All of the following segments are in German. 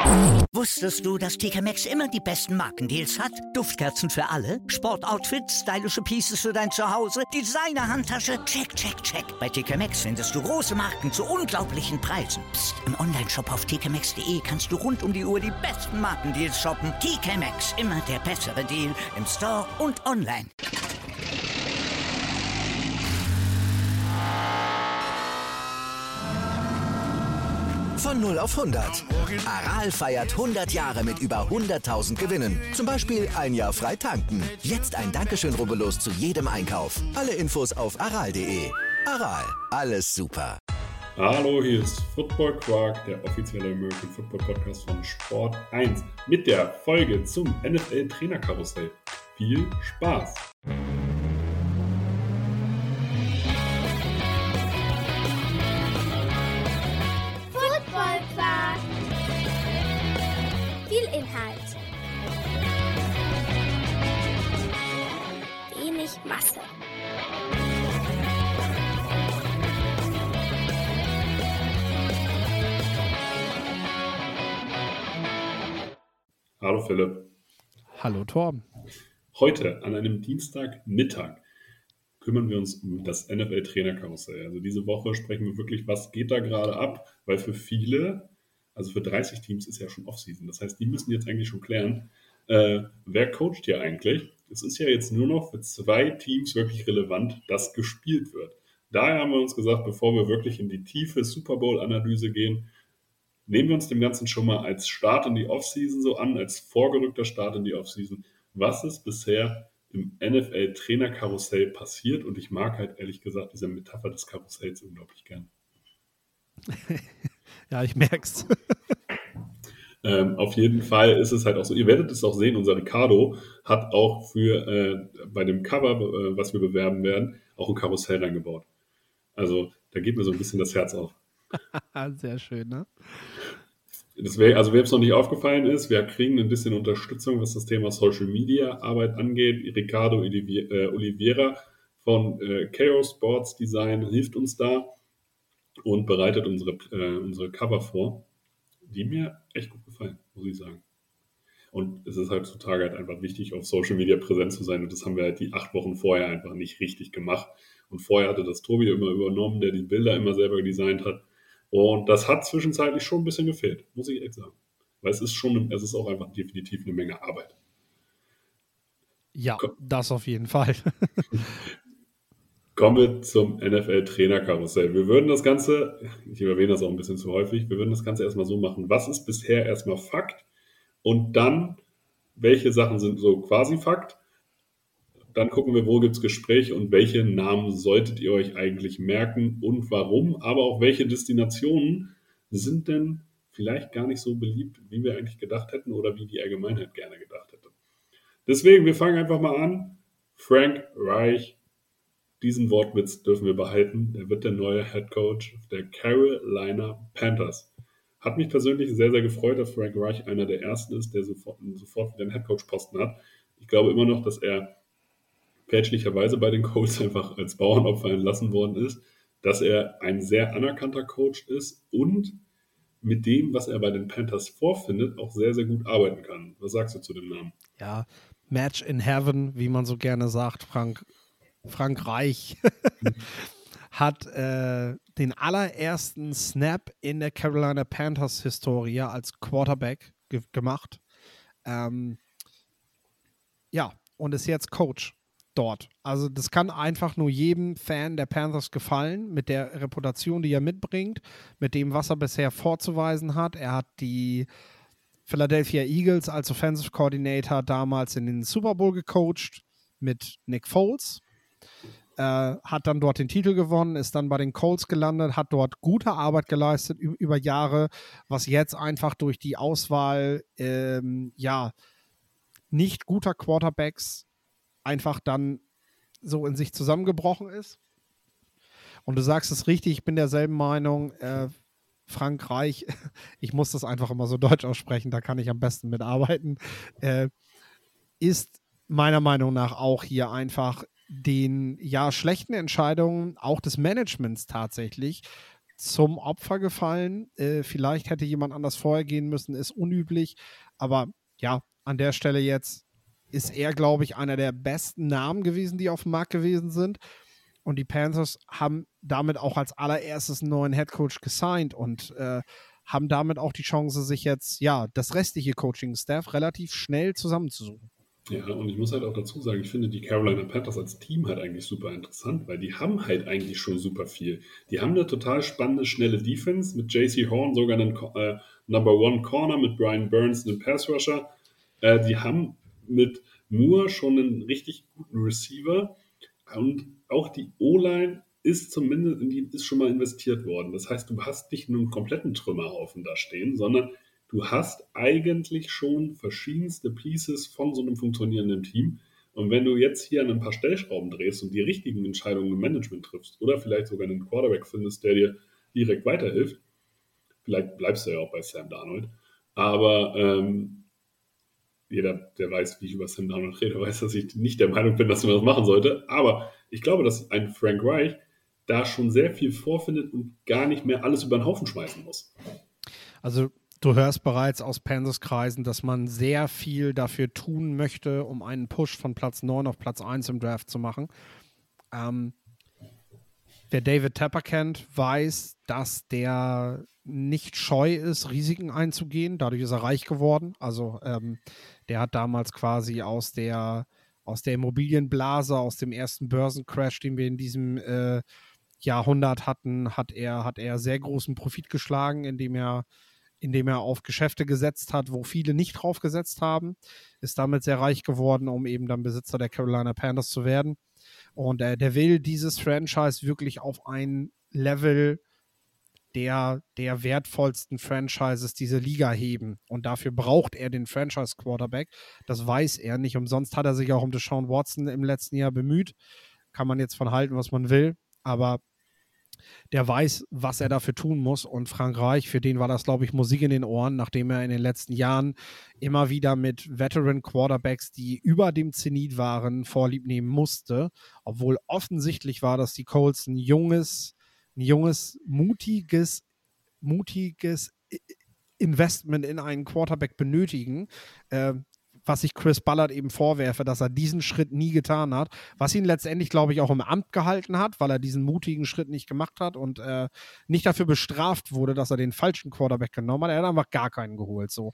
Wusstest du, dass TK Maxx immer die besten Markendeals hat? Duftkerzen für alle, Sportoutfits, stylische Pieces für dein Zuhause, Designer-Handtasche, check, check, check. Bei TK Maxx findest du große Marken zu unglaublichen Preisen. Psst. Im Onlineshop auf tkmaxx.de kannst du rund um die Uhr die besten Markendeals shoppen. TK Maxx, immer der bessere Deal im Store und online. Von 0 auf 100. Aral feiert 100 Jahre mit über 100.000 Gewinnen. Zum Beispiel ein Jahr frei tanken. Jetzt ein Dankeschön, rubbellos zu jedem Einkauf. Alle Infos auf aral.de. Aral, alles super. Hallo, hier ist Football Quark, der offizielle American Football Podcast von Sport 1 mit der Folge zum NFL Trainerkarussell. Viel Spaß! Viel Inhalt. Wenig Masse. Hallo Philipp. Hallo Torben. Heute an einem Dienstagmittag kümmern wir uns um das NFL Trainerkarussell. Also diese Woche sprechen wir wirklich, was geht da gerade ab, weil für viele, also für 30 Teams ist ja schon Offseason. Das heißt, die müssen jetzt eigentlich schon klären, wer coacht hier eigentlich? Es ist ja jetzt nur noch für 2 Teams wirklich relevant, dass gespielt wird. Daher haben wir uns gesagt, bevor wir wirklich in die tiefe Super Bowl-Analyse gehen, nehmen wir uns dem Ganzen schon mal als Start in die Offseason so an, als vorgerückter Start in die Offseason. Was ist bisher im NFL-Trainerkarussell passiert? Und ich mag halt ehrlich gesagt diese Metapher des Karussells unglaublich gern. Ja, ich merk's. Auf jeden Fall ist es halt auch so, ihr werdet es auch sehen, unser Ricardo hat auch für bei dem Cover, was wir bewerben werden, auch ein Karussell reingebaut. Also da geht mir so ein bisschen das Herz auf. Sehr schön, ne? Also wem es noch nicht aufgefallen ist, wir kriegen ein bisschen Unterstützung, was das Thema Social Media Arbeit angeht. Ricardo Oliveira von Chaos Sports Design hilft uns da und bereitet unsere Cover vor, die mir echt gut gefallen, muss ich sagen. Und es ist heutzutage halt einfach wichtig, auf Social Media präsent zu sein. Und das haben wir halt die 8 Wochen vorher einfach nicht richtig gemacht. Und vorher hatte das Tobi immer übernommen, der die Bilder immer selber designt hat. Und das hat zwischenzeitlich schon ein bisschen gefehlt, muss ich echt sagen. Weil es ist auch einfach definitiv eine Menge Arbeit. Ja, das auf jeden Fall. Kommen wir zum NFL-Trainerkarussell. Wir würden das Ganze, ich erwähne das auch ein bisschen zu häufig, wir würden das Ganze erstmal so machen. Was ist bisher erstmal Fakt? Und dann, welche Sachen sind so quasi Fakt? Dann gucken wir, wo gibt es Gespräche und welche Namen solltet ihr euch eigentlich merken und warum. Aber auch welche Destinationen sind denn vielleicht gar nicht so beliebt, wie wir eigentlich gedacht hätten oder wie die Allgemeinheit gerne gedacht hätte. Deswegen, wir fangen einfach mal an. Frank Reich. Diesen Wortwitz dürfen wir behalten. Er wird der neue Head Coach der Carolina Panthers. Hat mich persönlich sehr, sehr gefreut, dass Frank Reich einer der Ersten ist, der sofort wieder einen Head Coach Posten hat. Ich glaube immer noch, dass er fälschlicherweise bei den Colts einfach als Bauernopfer entlassen worden ist, dass er ein sehr anerkannter Coach ist und mit dem, was er bei den Panthers vorfindet, auch sehr, sehr gut arbeiten kann. Was sagst du zu dem Namen? Ja, Match in Heaven, wie man so gerne sagt, Frank Reich hat den allerersten Snap in der Carolina Panthers Historie als Quarterback gemacht. Ja, und ist jetzt Coach dort. Also das kann einfach nur jedem Fan der Panthers gefallen, mit der Reputation, die er mitbringt, mit dem, was er bisher vorzuweisen hat. Er hat die Philadelphia Eagles als Offensive Coordinator damals in den Super Bowl gecoacht mit Nick Foles. Hat dann dort den Titel gewonnen, ist dann bei den Colts gelandet, hat dort gute Arbeit geleistet über Jahre, was jetzt einfach durch die Auswahl nicht guter Quarterbacks einfach dann so in sich zusammengebrochen ist. Und du sagst es richtig, ich bin derselben Meinung, Frank Reich, ich muss das einfach immer so deutsch aussprechen, da kann ich am besten mitarbeiten, ist meiner Meinung nach auch hier einfach den schlechten Entscheidungen auch des Managements tatsächlich zum Opfer gefallen. Vielleicht hätte jemand anders vorher gehen müssen, ist unüblich. Aber ja, an der Stelle jetzt ist er, glaube ich, einer der besten Namen gewesen, die auf dem Markt gewesen sind. Und die Panthers haben damit auch als allererstes einen neuen Headcoach gesigned und haben damit auch die Chance, sich jetzt das restliche Coaching-Staff relativ schnell zusammenzusuchen. Ja, und ich muss halt auch dazu sagen, ich finde die Carolina Panthers als Team halt eigentlich super interessant, weil die haben halt eigentlich schon super viel. Die haben eine total spannende, schnelle Defense mit JC Horn, sogar einen Number One Corner mit Brian Burns, einen Pass Rusher. Die haben mit Moore schon einen richtig guten Receiver und auch die O-Line ist zumindest, in die ist schon mal investiert worden. Das heißt, du hast nicht nur einen kompletten Trümmerhaufen da stehen, sondern du hast eigentlich schon verschiedenste Pieces von so einem funktionierenden Team. Und wenn du jetzt hier an ein paar Stellschrauben drehst und die richtigen Entscheidungen im Management triffst oder vielleicht sogar einen Quarterback findest, der dir direkt weiterhilft, vielleicht bleibst du ja auch bei Sam Darnold, aber jeder, der weiß, wie ich über Sam Darnold rede, weiß, dass ich nicht der Meinung bin, dass man das machen sollte. Aber ich glaube, dass ein Frank Reich da schon sehr viel vorfindet und gar nicht mehr alles über den Haufen schmeißen muss. Also du hörst bereits aus Panthers-Kreisen, dass man sehr viel dafür tun möchte, um einen Push von Platz 9 auf Platz 1 im Draft zu machen. Wer David Tepper kennt, weiß, dass der nicht scheu ist, Risiken einzugehen. Dadurch ist er reich geworden. Also der hat damals quasi aus der Immobilienblase, aus dem ersten Börsencrash, den wir in diesem Jahrhundert hatten, hat er sehr großen Profit geschlagen, indem er auf Geschäfte gesetzt hat, wo viele nicht drauf gesetzt haben, ist damit sehr reich geworden, um eben dann Besitzer der Carolina Panthers zu werden. Und der will dieses Franchise wirklich auf ein Level der wertvollsten Franchises dieser Liga heben. Und dafür braucht er den Franchise-Quarterback. Das weiß er nicht. Umsonst hat er sich auch um Deshaun Watson im letzten Jahr bemüht. Kann man jetzt von halten, was man will. Aber der weiß, was er dafür tun muss. Und Frank Reich, für den war das, glaube ich, Musik in den Ohren, nachdem er in den letzten Jahren immer wieder mit Veteran-Quarterbacks, die über dem Zenit waren, Vorlieb nehmen musste. Obwohl offensichtlich war, dass die Colts ein junges, mutiges Investment in einen Quarterback benötigen, was ich Chris Ballard eben vorwerfe, dass er diesen Schritt nie getan hat, was ihn letztendlich, glaube ich, auch im Amt gehalten hat, weil er diesen mutigen Schritt nicht gemacht hat und nicht dafür bestraft wurde, dass er den falschen Quarterback genommen hat. Er hat einfach gar keinen geholt. So.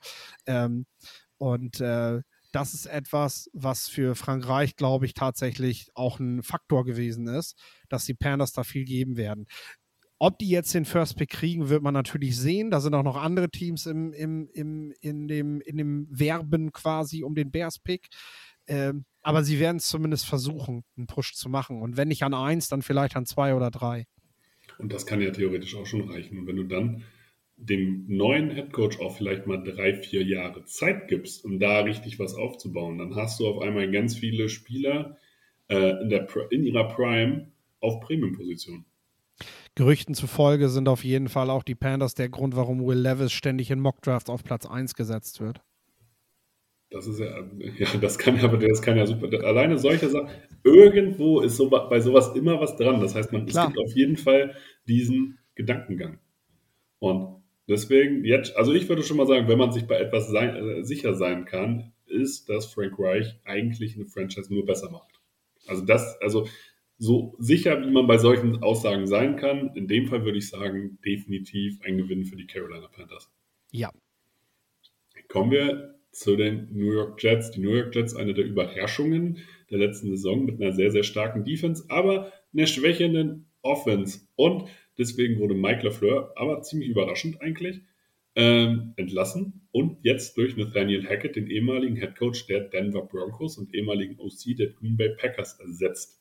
Das ist etwas, was für Frank Reich, glaube ich, tatsächlich auch ein Faktor gewesen ist, dass die Panthers da viel geben werden. Ob die jetzt den First Pick kriegen, wird man natürlich sehen. Da sind auch noch andere Teams in dem Werben quasi um den Bears Pick. Aber sie werden es zumindest versuchen, einen Push zu machen. Und wenn nicht an 1, dann vielleicht an 2 oder 3. Und das kann ja theoretisch auch schon reichen. Und wenn du dann dem neuen Headcoach auch vielleicht mal 3-4 Jahre Zeit gibst, um da richtig was aufzubauen, dann hast du auf einmal ganz viele Spieler in ihrer Prime auf Premium-Positionen. Gerüchten zufolge sind auf jeden Fall auch die Panthers der Grund, warum Will Levis ständig in Mockdrafts auf Platz 1 gesetzt wird. Das ist das kann ja super. Alleine solche Sachen, irgendwo ist bei sowas immer was dran. Das heißt, es gibt auf jeden Fall diesen Gedankengang. Und deswegen jetzt, also ich würde schon mal sagen, wenn man sich bei etwas sicher sein kann, ist, dass Frank Reich eigentlich eine Franchise nur besser macht. Also so sicher, wie man bei solchen Aussagen sein kann, in dem Fall würde ich sagen, definitiv ein Gewinn für die Carolina Panthers. Ja. Kommen wir zu den New York Jets. Die New York Jets, eine der Überraschungen der letzten Saison mit einer sehr, sehr starken Defense, aber einer schwächenden Offense. Und deswegen wurde Mike LaFleur, aber ziemlich überraschend eigentlich, entlassen und jetzt durch Nathaniel Hackett, den ehemaligen Headcoach der Denver Broncos und ehemaligen OC der Green Bay Packers, ersetzt.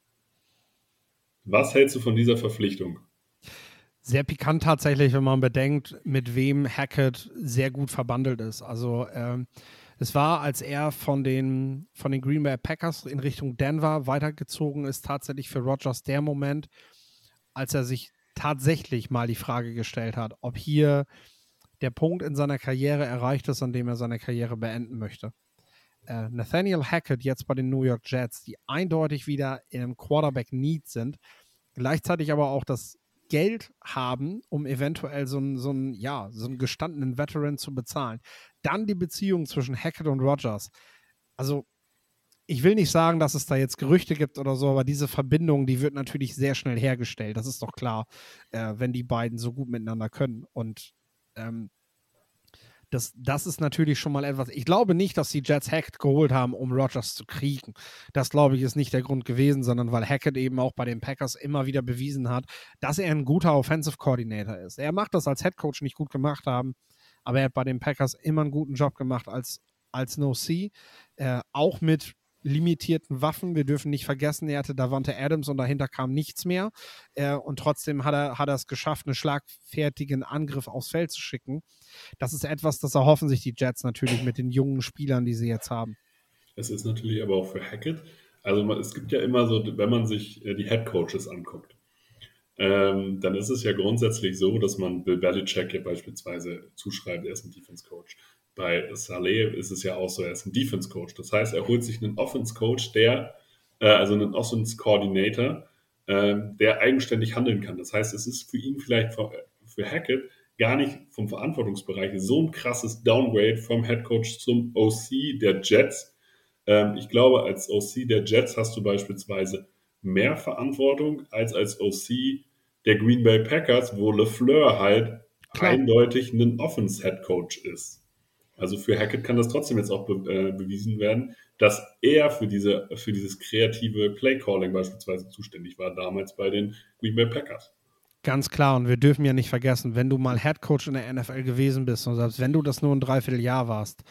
Was hältst du von dieser Verpflichtung? Sehr pikant tatsächlich, wenn man bedenkt, mit wem Hackett sehr gut verbandelt ist. Also es war, als er von den Green Bay Packers in Richtung Denver weitergezogen ist, tatsächlich für Rodgers der Moment, als er sich tatsächlich mal die Frage gestellt hat, ob hier der Punkt in seiner Karriere erreicht ist, an dem er seine Karriere beenden möchte. Nathaniel Hackett jetzt bei den New York Jets, die eindeutig wieder in einem Quarterback-Need sind, gleichzeitig aber auch das Geld haben, um eventuell so einen gestandenen Veteran zu bezahlen. Dann die Beziehung zwischen Hackett und Rodgers. Also, ich will nicht sagen, dass es da jetzt Gerüchte gibt oder so, aber diese Verbindung, die wird natürlich sehr schnell hergestellt. Das ist doch klar, wenn die beiden so gut miteinander können. Und das ist natürlich schon mal etwas. Ich glaube nicht, dass die Jets Hackett geholt haben, um Rodgers zu kriegen. Das, glaube ich, ist nicht der Grund gewesen, sondern weil Hackett eben auch bei den Packers immer wieder bewiesen hat, dass er ein guter Offensive Coordinator ist. Er macht das als Head Coach nicht gut gemacht haben, aber er hat bei den Packers immer einen guten Job gemacht als No-C. Auch mit limitierten Waffen. Wir dürfen nicht vergessen, er hatte Davante Adams und dahinter kam nichts mehr. Und trotzdem hat er es geschafft, einen schlagfertigen Angriff aufs Feld zu schicken. Das ist etwas, das erhoffen sich die Jets natürlich mit den jungen Spielern, die sie jetzt haben. Es ist natürlich aber auch für Hackett. Also es gibt ja immer so, wenn man sich die Head Coaches anguckt, dann ist es ja grundsätzlich so, dass man Bill Belichick ja beispielsweise zuschreibt, er ist ein Defense Coach. Bei Saleh ist es ja auch so, er ist ein Defense Coach. Das heißt, er holt sich einen Offense Coach, also einen Offense Coordinator, der eigenständig handeln kann. Das heißt, es ist für ihn vielleicht für Hackett gar nicht vom Verantwortungsbereich so ein krasses Downgrade vom Head Coach zum OC der Jets. Ich glaube, als OC der Jets hast du beispielsweise mehr Verantwortung als OC der Green Bay Packers, wo LeFleur halt eindeutig ein Offense-Head-Coach ist. Also für Hackett kann das trotzdem jetzt auch bewiesen werden, dass er für dieses kreative Play-Calling beispielsweise zuständig war, damals bei den Green Bay Packers. Ganz klar, und wir dürfen ja nicht vergessen, wenn du mal Head-Coach in der NFL gewesen bist und selbst wenn du das nur ein Dreivierteljahr warst,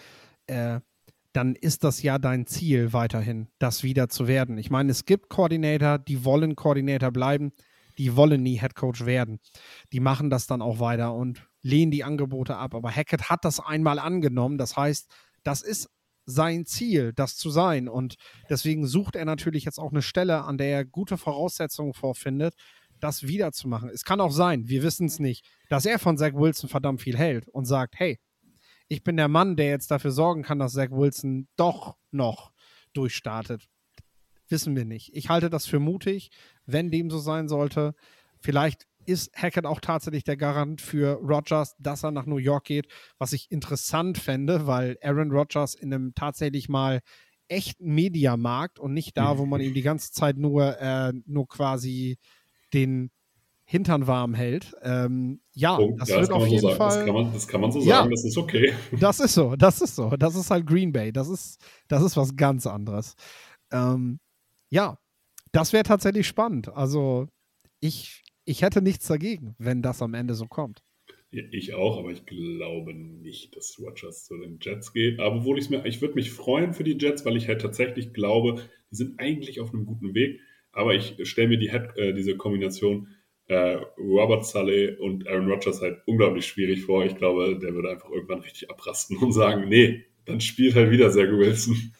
dann ist das ja dein Ziel weiterhin, das wieder zu werden. Ich meine, es gibt Koordinator, die wollen Koordinator bleiben, die wollen nie Headcoach werden. Die machen das dann auch weiter und lehnen die Angebote ab. Aber Hackett hat das einmal angenommen. Das heißt, das ist sein Ziel, das zu sein. Und deswegen sucht er natürlich jetzt auch eine Stelle, an der er gute Voraussetzungen vorfindet, das wieder zu machen. Es kann auch sein, wir wissen es nicht, dass er von Zach Wilson verdammt viel hält und sagt, hey, ich bin der Mann, der jetzt dafür sorgen kann, dass Zach Wilson doch noch durchstartet. Wissen wir nicht. Ich halte das für mutig, wenn dem so sein sollte. Vielleicht ist Hackett auch tatsächlich der Garant für Rodgers, dass er nach New York geht, was ich interessant fände, weil Aaron Rodgers in einem tatsächlich mal echten Mediamarkt und nicht da, wo man ihm die ganze Zeit nur quasi den Hintern warm hält. Das wird auf jeden Fall. Das kann man so sagen, das ist okay. Das ist so. Das ist halt Green Bay. Das ist was ganz anderes. Das wäre tatsächlich spannend. Also ich hätte nichts dagegen, wenn das am Ende so kommt. Ja, ich auch, aber ich glaube nicht, dass Rodgers zu den Jets geht. Aber obwohl ich würde mich freuen für die Jets, weil ich halt tatsächlich glaube, die sind eigentlich auf einem guten Weg. Aber ich stelle mir diese Kombination Robert Saleh und Aaron Rodgers halt unglaublich schwierig vor. Ich glaube, der würde einfach irgendwann richtig abrasten und sagen, nee, dann spielt halt wieder Zach Wilson.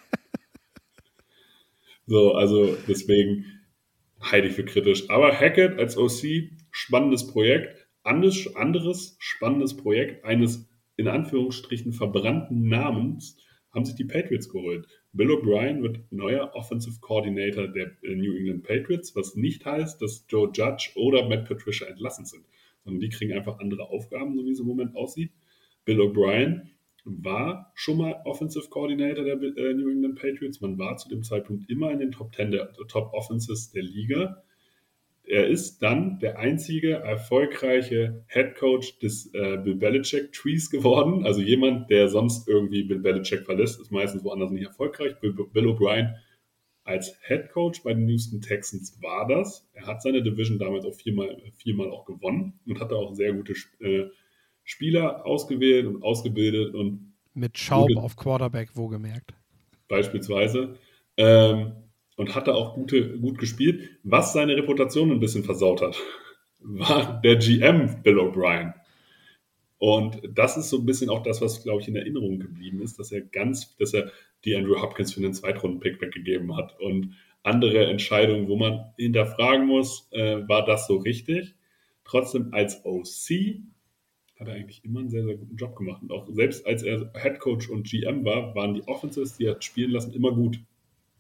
So, also deswegen halte ich für kritisch. Aber Hackett als OC, spannendes Projekt. Anderes spannendes Projekt eines in Anführungsstrichen verbrannten Namens haben sich die Patriots geholt. Bill O'Brien wird neuer Offensive Coordinator der New England Patriots, was nicht heißt, dass Joe Judge oder Matt Patricia entlassen sind, sondern die kriegen einfach andere Aufgaben, so wie es im Moment aussieht. Bill O'Brien war schon mal Offensive Coordinator der New England Patriots. Man war zu dem Zeitpunkt immer in den Top 10 der Top Offenses der Liga. Er ist dann der einzige erfolgreiche Head Coach des Bill Belichick Trees geworden. Also jemand, der sonst irgendwie Bill Belichick verlässt, ist meistens woanders nicht erfolgreich. Bill O'Brien als Head Coach bei den Houston Texans war das. Er hat seine Division damals auch viermal auch gewonnen und hatte auch sehr gute Spieler ausgewählt und ausgebildet. Und mit Schaub auf Quarterback, wohlgemerkt. Beispielsweise. Und hatte auch gut gespielt. Was seine Reputation ein bisschen versaut hat, war der GM Bill O'Brien. Und das ist so ein bisschen auch das, was, glaube ich, in Erinnerung geblieben ist, dass er die Andrew Hopkins für einen Zweitrunden-Pick weggegeben hat. Und andere Entscheidungen, wo man hinterfragen muss, war das so richtig? Trotzdem als OC hat er eigentlich immer einen sehr, sehr guten Job gemacht. Und auch selbst als er Head Coach und GM war, waren die Offenses, die er hat spielen lassen, immer gut.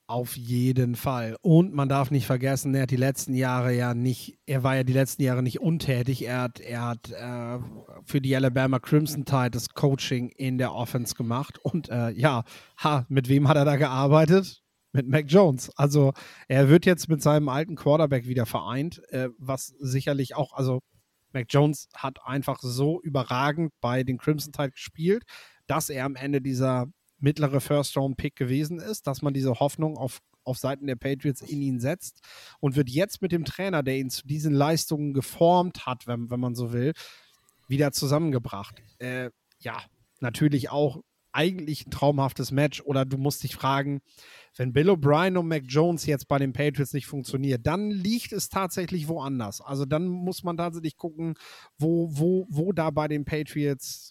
Auf jeden Fall. Und man darf nicht vergessen, er war ja die letzten Jahre nicht untätig. Er hat für die Alabama Crimson Tide das Coaching in der Offense gemacht. Und mit wem hat er da gearbeitet? Mit Mac Jones. Also er wird jetzt mit seinem alten Quarterback wieder vereint, was sicherlich auch, also Mac Jones hat einfach so überragend bei den Crimson Tide gespielt, dass er am Ende dieser mittlere First-Round-Pick gewesen ist, dass man diese Hoffnung auf Seiten der Patriots in ihn setzt und wird jetzt mit dem Trainer, der ihn zu diesen Leistungen geformt hat, wenn man so will, wieder zusammengebracht. Natürlich auch eigentlich ein traumhaftes Match, oder du musst dich fragen, wenn Bill O'Brien und Mac Jones jetzt bei den Patriots nicht funktioniert, dann liegt es tatsächlich woanders. Also dann muss man tatsächlich gucken, wo da bei den Patriots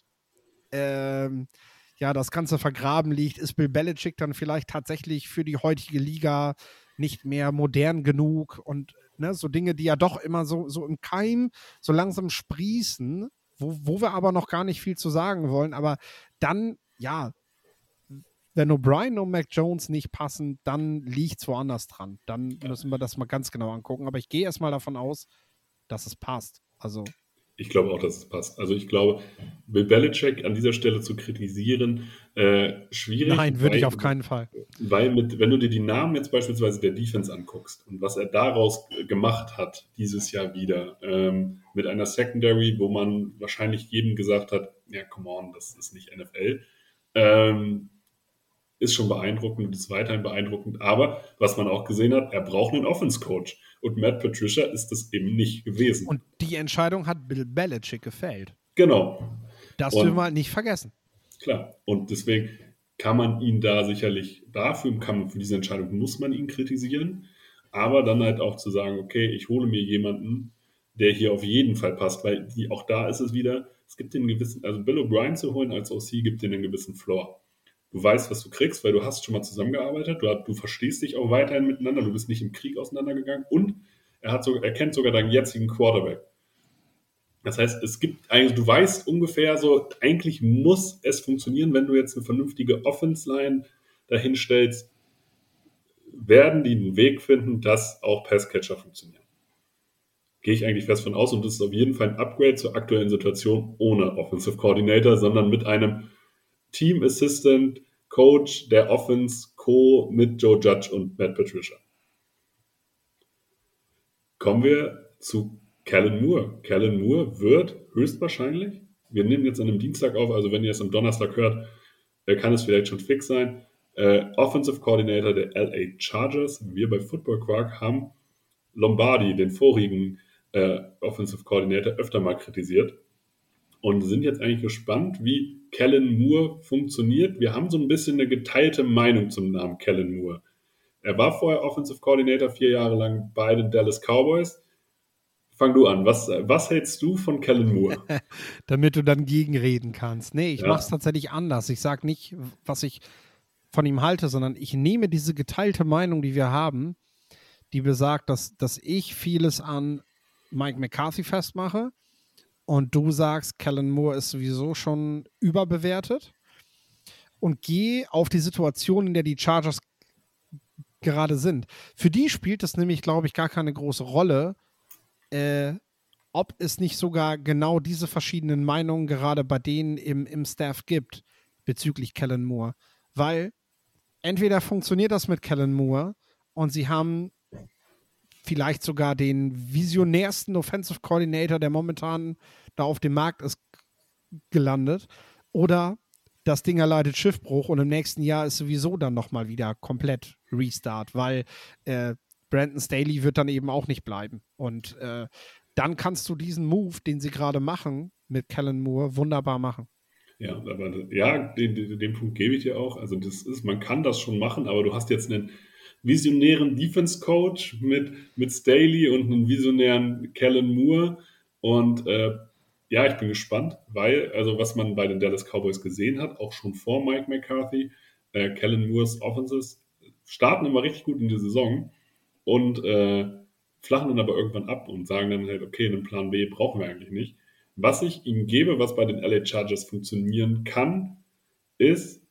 das Ganze vergraben liegt. Ist Bill Belichick dann vielleicht tatsächlich für die heutige Liga nicht mehr modern genug und so Dinge, die ja doch immer so im Keim so langsam sprießen, wo wir aber noch gar nicht viel zu sagen wollen. Aber dann, wenn O'Brien und Mac Jones nicht passen, dann liegt es woanders dran. Dann müssen wir das mal ganz genau angucken. Aber ich gehe erstmal davon aus, dass es passt. Also ich glaube auch, dass es passt. Also ich glaube, Bill Belichick an dieser Stelle zu kritisieren, schwierig. Nein, würde ich auf keinen Fall. Weil wenn du dir die Namen jetzt beispielsweise der Defense anguckst und was er daraus gemacht hat, dieses Jahr wieder, mit einer Secondary, wo man wahrscheinlich jedem gesagt hat, ja, come on, das ist nicht NFL, ist schon beeindruckend und ist weiterhin beeindruckend. Aber was man auch gesehen hat, er braucht einen Offense-Coach. Und Matt Patricia ist das eben nicht gewesen. Und die Entscheidung hat Bill Belichick gefällt. Genau. Das dürfen wir halt nicht vergessen. Klar. Und deswegen kann man ihn da sicherlich, für diese Entscheidung muss man ihn kritisieren. Aber dann halt auch zu sagen, okay, ich hole mir jemanden, der hier auf jeden Fall passt. Weil auch da ist es wieder, es gibt den gewissen, also Bill O'Brien zu holen als OC gibt dir einen gewissen Floor. Du weißt, was du kriegst, weil du hast schon mal zusammengearbeitet, du verstehst dich auch weiterhin miteinander, du bist nicht im Krieg auseinandergegangen und er kennt sogar deinen jetzigen Quarterback. Das heißt, es gibt eigentlich, du weißt ungefähr so, eigentlich muss es funktionieren, wenn du jetzt eine vernünftige Offense-Line dahinstellst, werden die einen Weg finden, dass auch Passcatcher funktionieren. Gehe ich eigentlich fest von aus, und das ist auf jeden Fall ein Upgrade zur aktuellen Situation ohne Offensive Coordinator, sondern mit einem Team Assistant, Coach der Offense, Co. mit Joe Judge und Matt Patricia. Kommen wir zu Kellen Moore. Kellen Moore wird höchstwahrscheinlich, wir nehmen jetzt an einem Dienstag auf, also wenn ihr es am Donnerstag hört, kann es vielleicht schon fix sein, Offensive Coordinator der LA Chargers. Wir bei Football Quark haben Lombardi, den vorigen Offensive Coordinator, öfter mal kritisiert. Und sind jetzt eigentlich gespannt, wie Kellen Moore funktioniert. Wir haben so ein bisschen eine geteilte Meinung zum Namen Kellen Moore. Er war vorher Offensive Coordinator 4 Jahre lang bei den Dallas Cowboys. Fang du an. Was hältst du von Kellen Moore? Damit du dann gegenreden kannst. Nee, ich mache es tatsächlich anders. Ich sage nicht, was ich von ihm halte, sondern ich nehme diese geteilte Meinung, die wir haben, die besagt, dass ich vieles an Mike McCarthy festmache. Und du sagst, Kellen Moore ist sowieso schon überbewertet, und geh auf die Situation, in der die Chargers gerade sind. Für die spielt es nämlich, glaube ich, gar keine große Rolle, ob es nicht sogar genau diese verschiedenen Meinungen gerade bei denen im Staff gibt bezüglich Kellen Moore. Weil entweder funktioniert das mit Kellen Moore und sie haben vielleicht sogar den visionärsten Offensive Coordinator, der momentan da auf dem Markt ist, gelandet. Oder das Ding erleidet Schiffbruch und im nächsten Jahr ist sowieso dann nochmal wieder komplett Restart, weil Brandon Staley wird dann eben auch nicht bleiben. Und dann kannst du diesen Move, den sie gerade machen, mit Kellen Moore wunderbar machen. Ja, aber den Punkt gebe ich dir auch. Also man kann das schon machen, aber du hast jetzt einen visionären Defense-Coach mit Staley und einen visionären Kellen Moore. Und ich bin gespannt, weil, also was man bei den Dallas Cowboys gesehen hat, auch schon vor Mike McCarthy, Kellen Moores Offenses starten immer richtig gut in die Saison und flachen dann aber irgendwann ab und sagen dann halt, okay, einen Plan B brauchen wir eigentlich nicht. Was ich ihm gebe, was bei den LA Chargers funktionieren kann, ist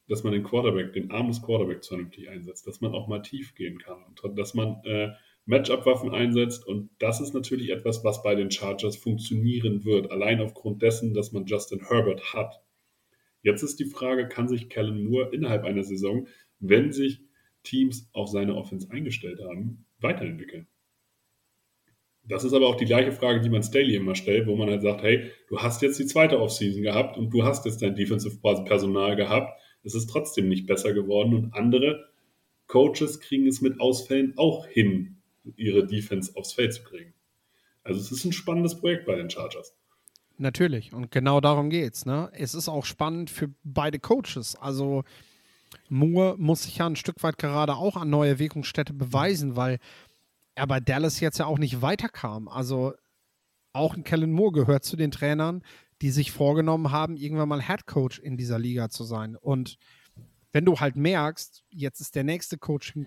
dass man den Arm des Quarterbacks vernünftig einsetzt, dass man auch mal tief gehen kann und dass man Matchup-Waffen einsetzt. Und das ist natürlich etwas, was bei den Chargers funktionieren wird, allein aufgrund dessen, dass man Justin Herbert hat. Jetzt ist die Frage, kann sich Kellen Moore innerhalb einer Saison, wenn sich Teams auf seine Offense eingestellt haben, weiterentwickeln? Das ist aber auch die gleiche Frage, die man Staley immer stellt, wo man halt sagt, hey, du hast jetzt die zweite Offseason gehabt und du hast jetzt dein Defensive-Personal gehabt. Es ist trotzdem nicht besser geworden und andere Coaches kriegen es mit Ausfällen auch hin, ihre Defense aufs Feld zu kriegen. Also es ist ein spannendes Projekt bei den Chargers. Natürlich, und genau darum geht's, ne? Es ist auch spannend für beide Coaches. Also Moore muss sich ja ein Stück weit gerade auch an neue Wirkungsstätte beweisen, weil er bei Dallas jetzt ja auch nicht weiterkam. Also auch ein Kellen Moore gehört zu den Trainern, die sich vorgenommen haben, irgendwann mal Head Coach in dieser Liga zu sein. Und wenn du halt merkst, jetzt ist der nächste Coaching,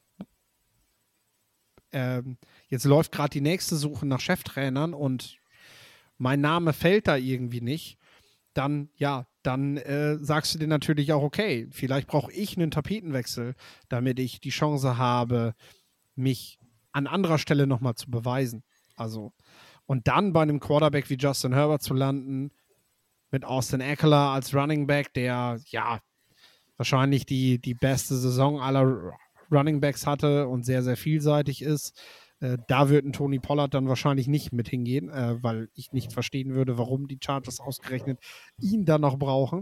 jetzt läuft gerade die nächste Suche nach Cheftrainern und mein Name fällt da irgendwie nicht, dann sagst du dir natürlich auch, okay, vielleicht brauche ich einen Tapetenwechsel, damit ich die Chance habe, mich an anderer Stelle nochmal zu beweisen. Also, und dann bei einem Quarterback wie Justin Herbert zu landen, mit Austin Ekeler als Running Back, der ja wahrscheinlich die beste Saison aller Running Backs hatte und sehr, sehr vielseitig ist. Da wird ein Tony Pollard dann wahrscheinlich nicht mit hingehen, weil ich nicht verstehen würde, warum die Chargers ausgerechnet ihn dann noch brauchen.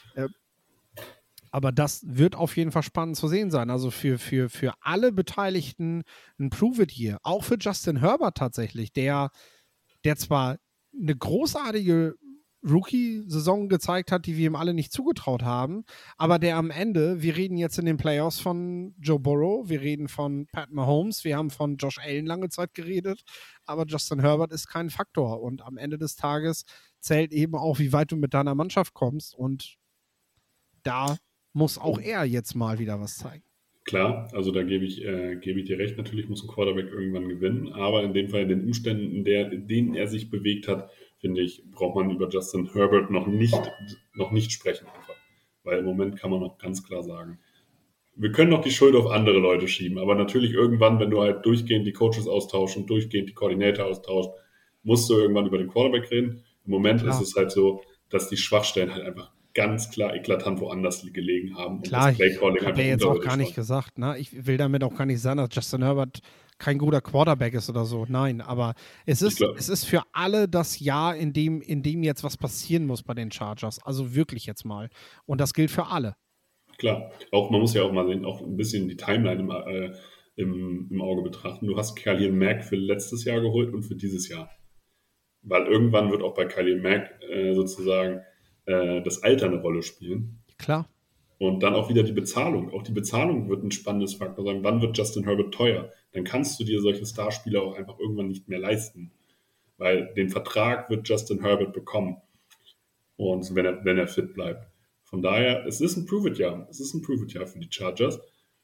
Aber das wird auf jeden Fall spannend zu sehen sein. Also für alle Beteiligten ein Prove-It-Year. Auch für Justin Herbert tatsächlich, der zwar eine großartige Rookie-Saison gezeigt hat, die wir ihm alle nicht zugetraut haben, aber der am Ende, wir reden jetzt in den Playoffs von Joe Burrow, wir reden von Pat Mahomes, wir haben von Josh Allen lange Zeit geredet, aber Justin Herbert ist kein Faktor und am Ende des Tages zählt eben auch, wie weit du mit deiner Mannschaft kommst und da muss auch er jetzt mal wieder was zeigen. Klar, also da gebe ich dir recht, natürlich muss ein Quarterback irgendwann gewinnen, aber in dem Fall, in den Umständen, in denen er sich bewegt hat, finde ich, braucht man über Justin Herbert noch nicht sprechen einfach. Weil im Moment kann man noch ganz klar sagen, wir können noch die Schuld auf andere Leute schieben, aber natürlich irgendwann, wenn du halt durchgehend die Coaches austauschst und durchgehend die Koordinator austauschst, musst du irgendwann über den Quarterback reden. Im Moment ist es halt so, dass die Schwachstellen halt einfach ganz klar eklatant woanders gelegen haben. Und klar, das Playcalling ich habe ja jetzt auch gar nicht gesagt, ne? Ich will damit auch gar nicht sagen, dass Justin Herbert kein guter Quarterback ist oder so. Nein, aber es ist für alle das Jahr, in dem jetzt was passieren muss bei den Chargers. Also wirklich jetzt mal. Und das gilt für alle. Klar, auch man muss ja auch mal sehen, auch ein bisschen die Timeline im Auge betrachten. Du hast Khalil Mack für letztes Jahr geholt und für dieses Jahr. Weil irgendwann wird auch bei Khalil Mack sozusagen das Alter eine Rolle spielen. Klar. Und dann auch wieder die Bezahlung. Auch die Bezahlung wird ein spannendes Faktor sein. Wann wird Justin Herbert teuer? Dann kannst du dir solche Starspieler auch einfach irgendwann nicht mehr leisten. Weil den Vertrag wird Justin Herbert bekommen. Und wenn er fit bleibt. Von daher, es ist ein Prove-It-Jahr. Es ist ein Prove-It-Jahr für die Chargers.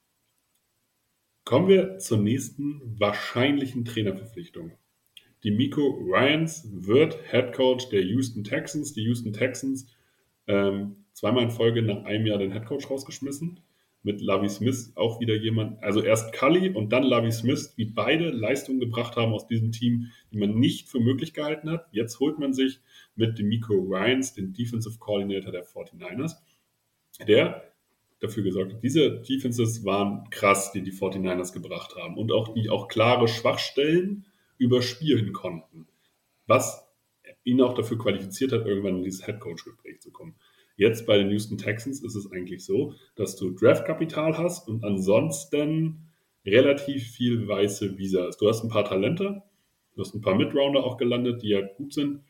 Kommen wir zur nächsten wahrscheinlichen Trainerverpflichtung. DeMeco Ryans wird Head Coach der Houston Texans. Die Houston Texans zweimal in Folge nach einem Jahr den Head Coach rausgeschmissen. Mit Lovie Smith auch wieder jemand, also erst Cully und dann Lovie Smith, die beide Leistungen gebracht haben aus diesem Team, die man nicht für möglich gehalten hat. Jetzt holt man sich mit DeMeco Ryans, den Defensive Coordinator der 49ers, der dafür gesorgt hat, diese Defenses waren krass, die 49ers gebracht haben und die auch klare Schwachstellen überspielen konnten, was ihn auch dafür qualifiziert hat, irgendwann in dieses Headcoach-Gespräch zu kommen. Jetzt bei den Houston Texans ist es eigentlich so, dass du Draftkapital hast und ansonsten relativ viel weiße Visa ist. Du hast ein paar Talente, du hast ein paar Midrounder auch gelandet, die ja gut sind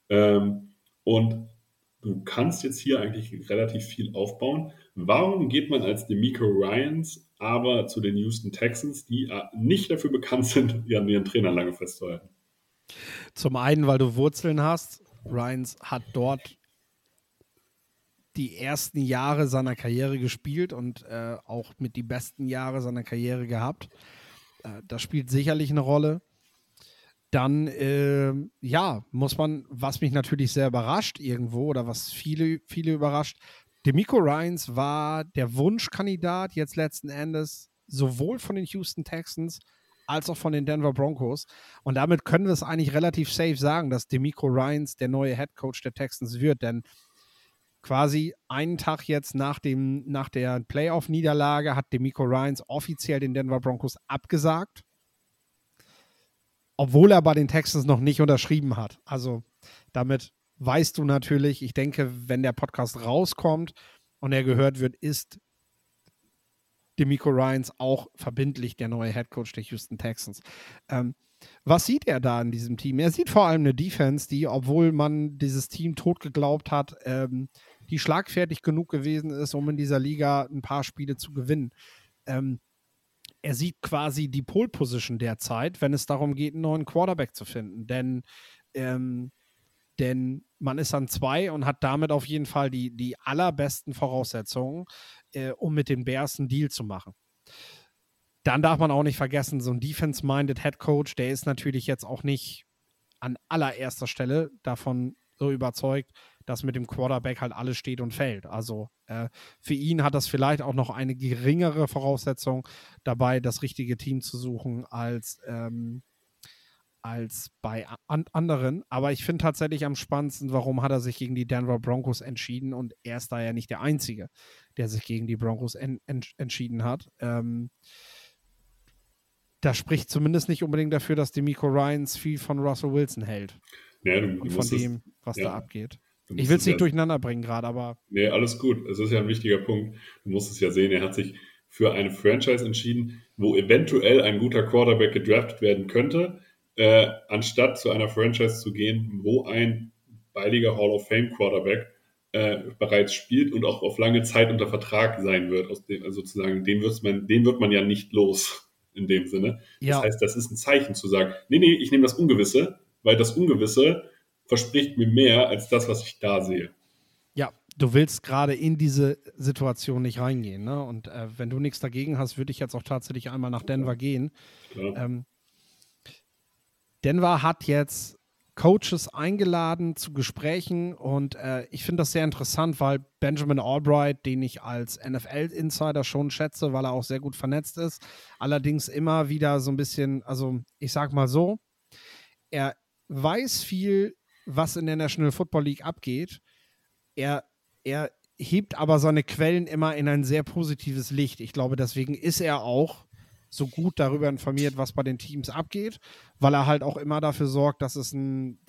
und du kannst jetzt hier eigentlich relativ viel aufbauen. Warum geht man als DeMeco Ryans aber zu den Houston Texans, die nicht dafür bekannt sind, an ihren Trainern lange festzuhalten? Zum einen, weil du Wurzeln hast. Ryans hat dort die ersten Jahre seiner Karriere gespielt und auch mit die besten Jahre seiner Karriere gehabt. Das spielt sicherlich eine Rolle. Dann, muss man, was mich natürlich sehr überrascht irgendwo oder was viele überrascht, DeMeco Ryans war der Wunschkandidat jetzt letzten Endes sowohl von den Houston Texans als auch von den Denver Broncos. Und damit können wir es eigentlich relativ safe sagen, dass DeMeco Ryans der neue Head Coach der Texans wird. Denn quasi einen Tag jetzt nach der Playoff-Niederlage hat DeMeco Ryans offiziell den Denver Broncos abgesagt, obwohl er bei den Texans noch nicht unterschrieben hat. Also damit weißt du natürlich, ich denke, wenn der Podcast rauskommt und er gehört wird, ist DeMeco Ryans auch verbindlich der neue Headcoach der Houston Texans. Was sieht er da in diesem Team? Er sieht vor allem eine Defense, die, obwohl man dieses Team tot geglaubt hat, die schlagfertig genug gewesen ist, um in dieser Liga ein paar Spiele zu gewinnen. Er sieht quasi die Pole Position derzeit, wenn es darum geht, einen neuen Quarterback zu finden. Denn man ist an 2 und hat damit auf jeden Fall die allerbesten Voraussetzungen, um mit den Bears einen Deal zu machen. Dann darf man auch nicht vergessen, so ein Defense-minded Head Coach, der ist natürlich jetzt auch nicht an allererster Stelle davon so überzeugt, dass mit dem Quarterback halt alles steht und fällt. Also für ihn hat das vielleicht auch noch eine geringere Voraussetzung dabei, das richtige Team zu suchen als bei anderen. Aber ich finde tatsächlich am spannendsten, warum hat er sich gegen die Denver Broncos entschieden, und er ist da ja nicht der Einzige, der sich gegen die Broncos entschieden hat. Das spricht zumindest nicht unbedingt dafür, dass DeMeco Ryans viel von Russell Wilson hält. Ja, und von dem, was da abgeht. Ich will es nicht durcheinander bringen gerade, aber... Nee, alles gut. Es ist ja ein wichtiger Punkt. Du musst es ja sehen, er hat sich für eine Franchise entschieden, wo eventuell ein guter Quarterback gedraftet werden könnte, anstatt zu einer Franchise zu gehen, wo ein baldiger Hall of Fame Quarterback bereits spielt und auch auf lange Zeit unter Vertrag sein wird. Sozusagen, den wird man ja nicht los in dem Sinne. Das heißt, das ist ein Zeichen zu sagen, nee, ich nehme das Ungewisse, weil das Ungewisse verspricht mir mehr als das, was ich da sehe. Ja, du willst gerade in diese Situation nicht reingehen, ne? Und wenn du nichts dagegen hast, würde ich jetzt auch tatsächlich einmal nach Denver gehen. Denver hat jetzt Coaches eingeladen zu Gesprächen, und ich finde das sehr interessant, weil Benjamin Albright, den ich als NFL-Insider schon schätze, weil er auch sehr gut vernetzt ist, allerdings immer wieder so ein bisschen, also ich sag mal so, er weiß viel, was in der National Football League abgeht. Er hebt aber seine Quellen immer in ein sehr positives Licht. Ich glaube, deswegen ist er auch so gut darüber informiert, was bei den Teams abgeht, weil er halt auch immer dafür sorgt, dass es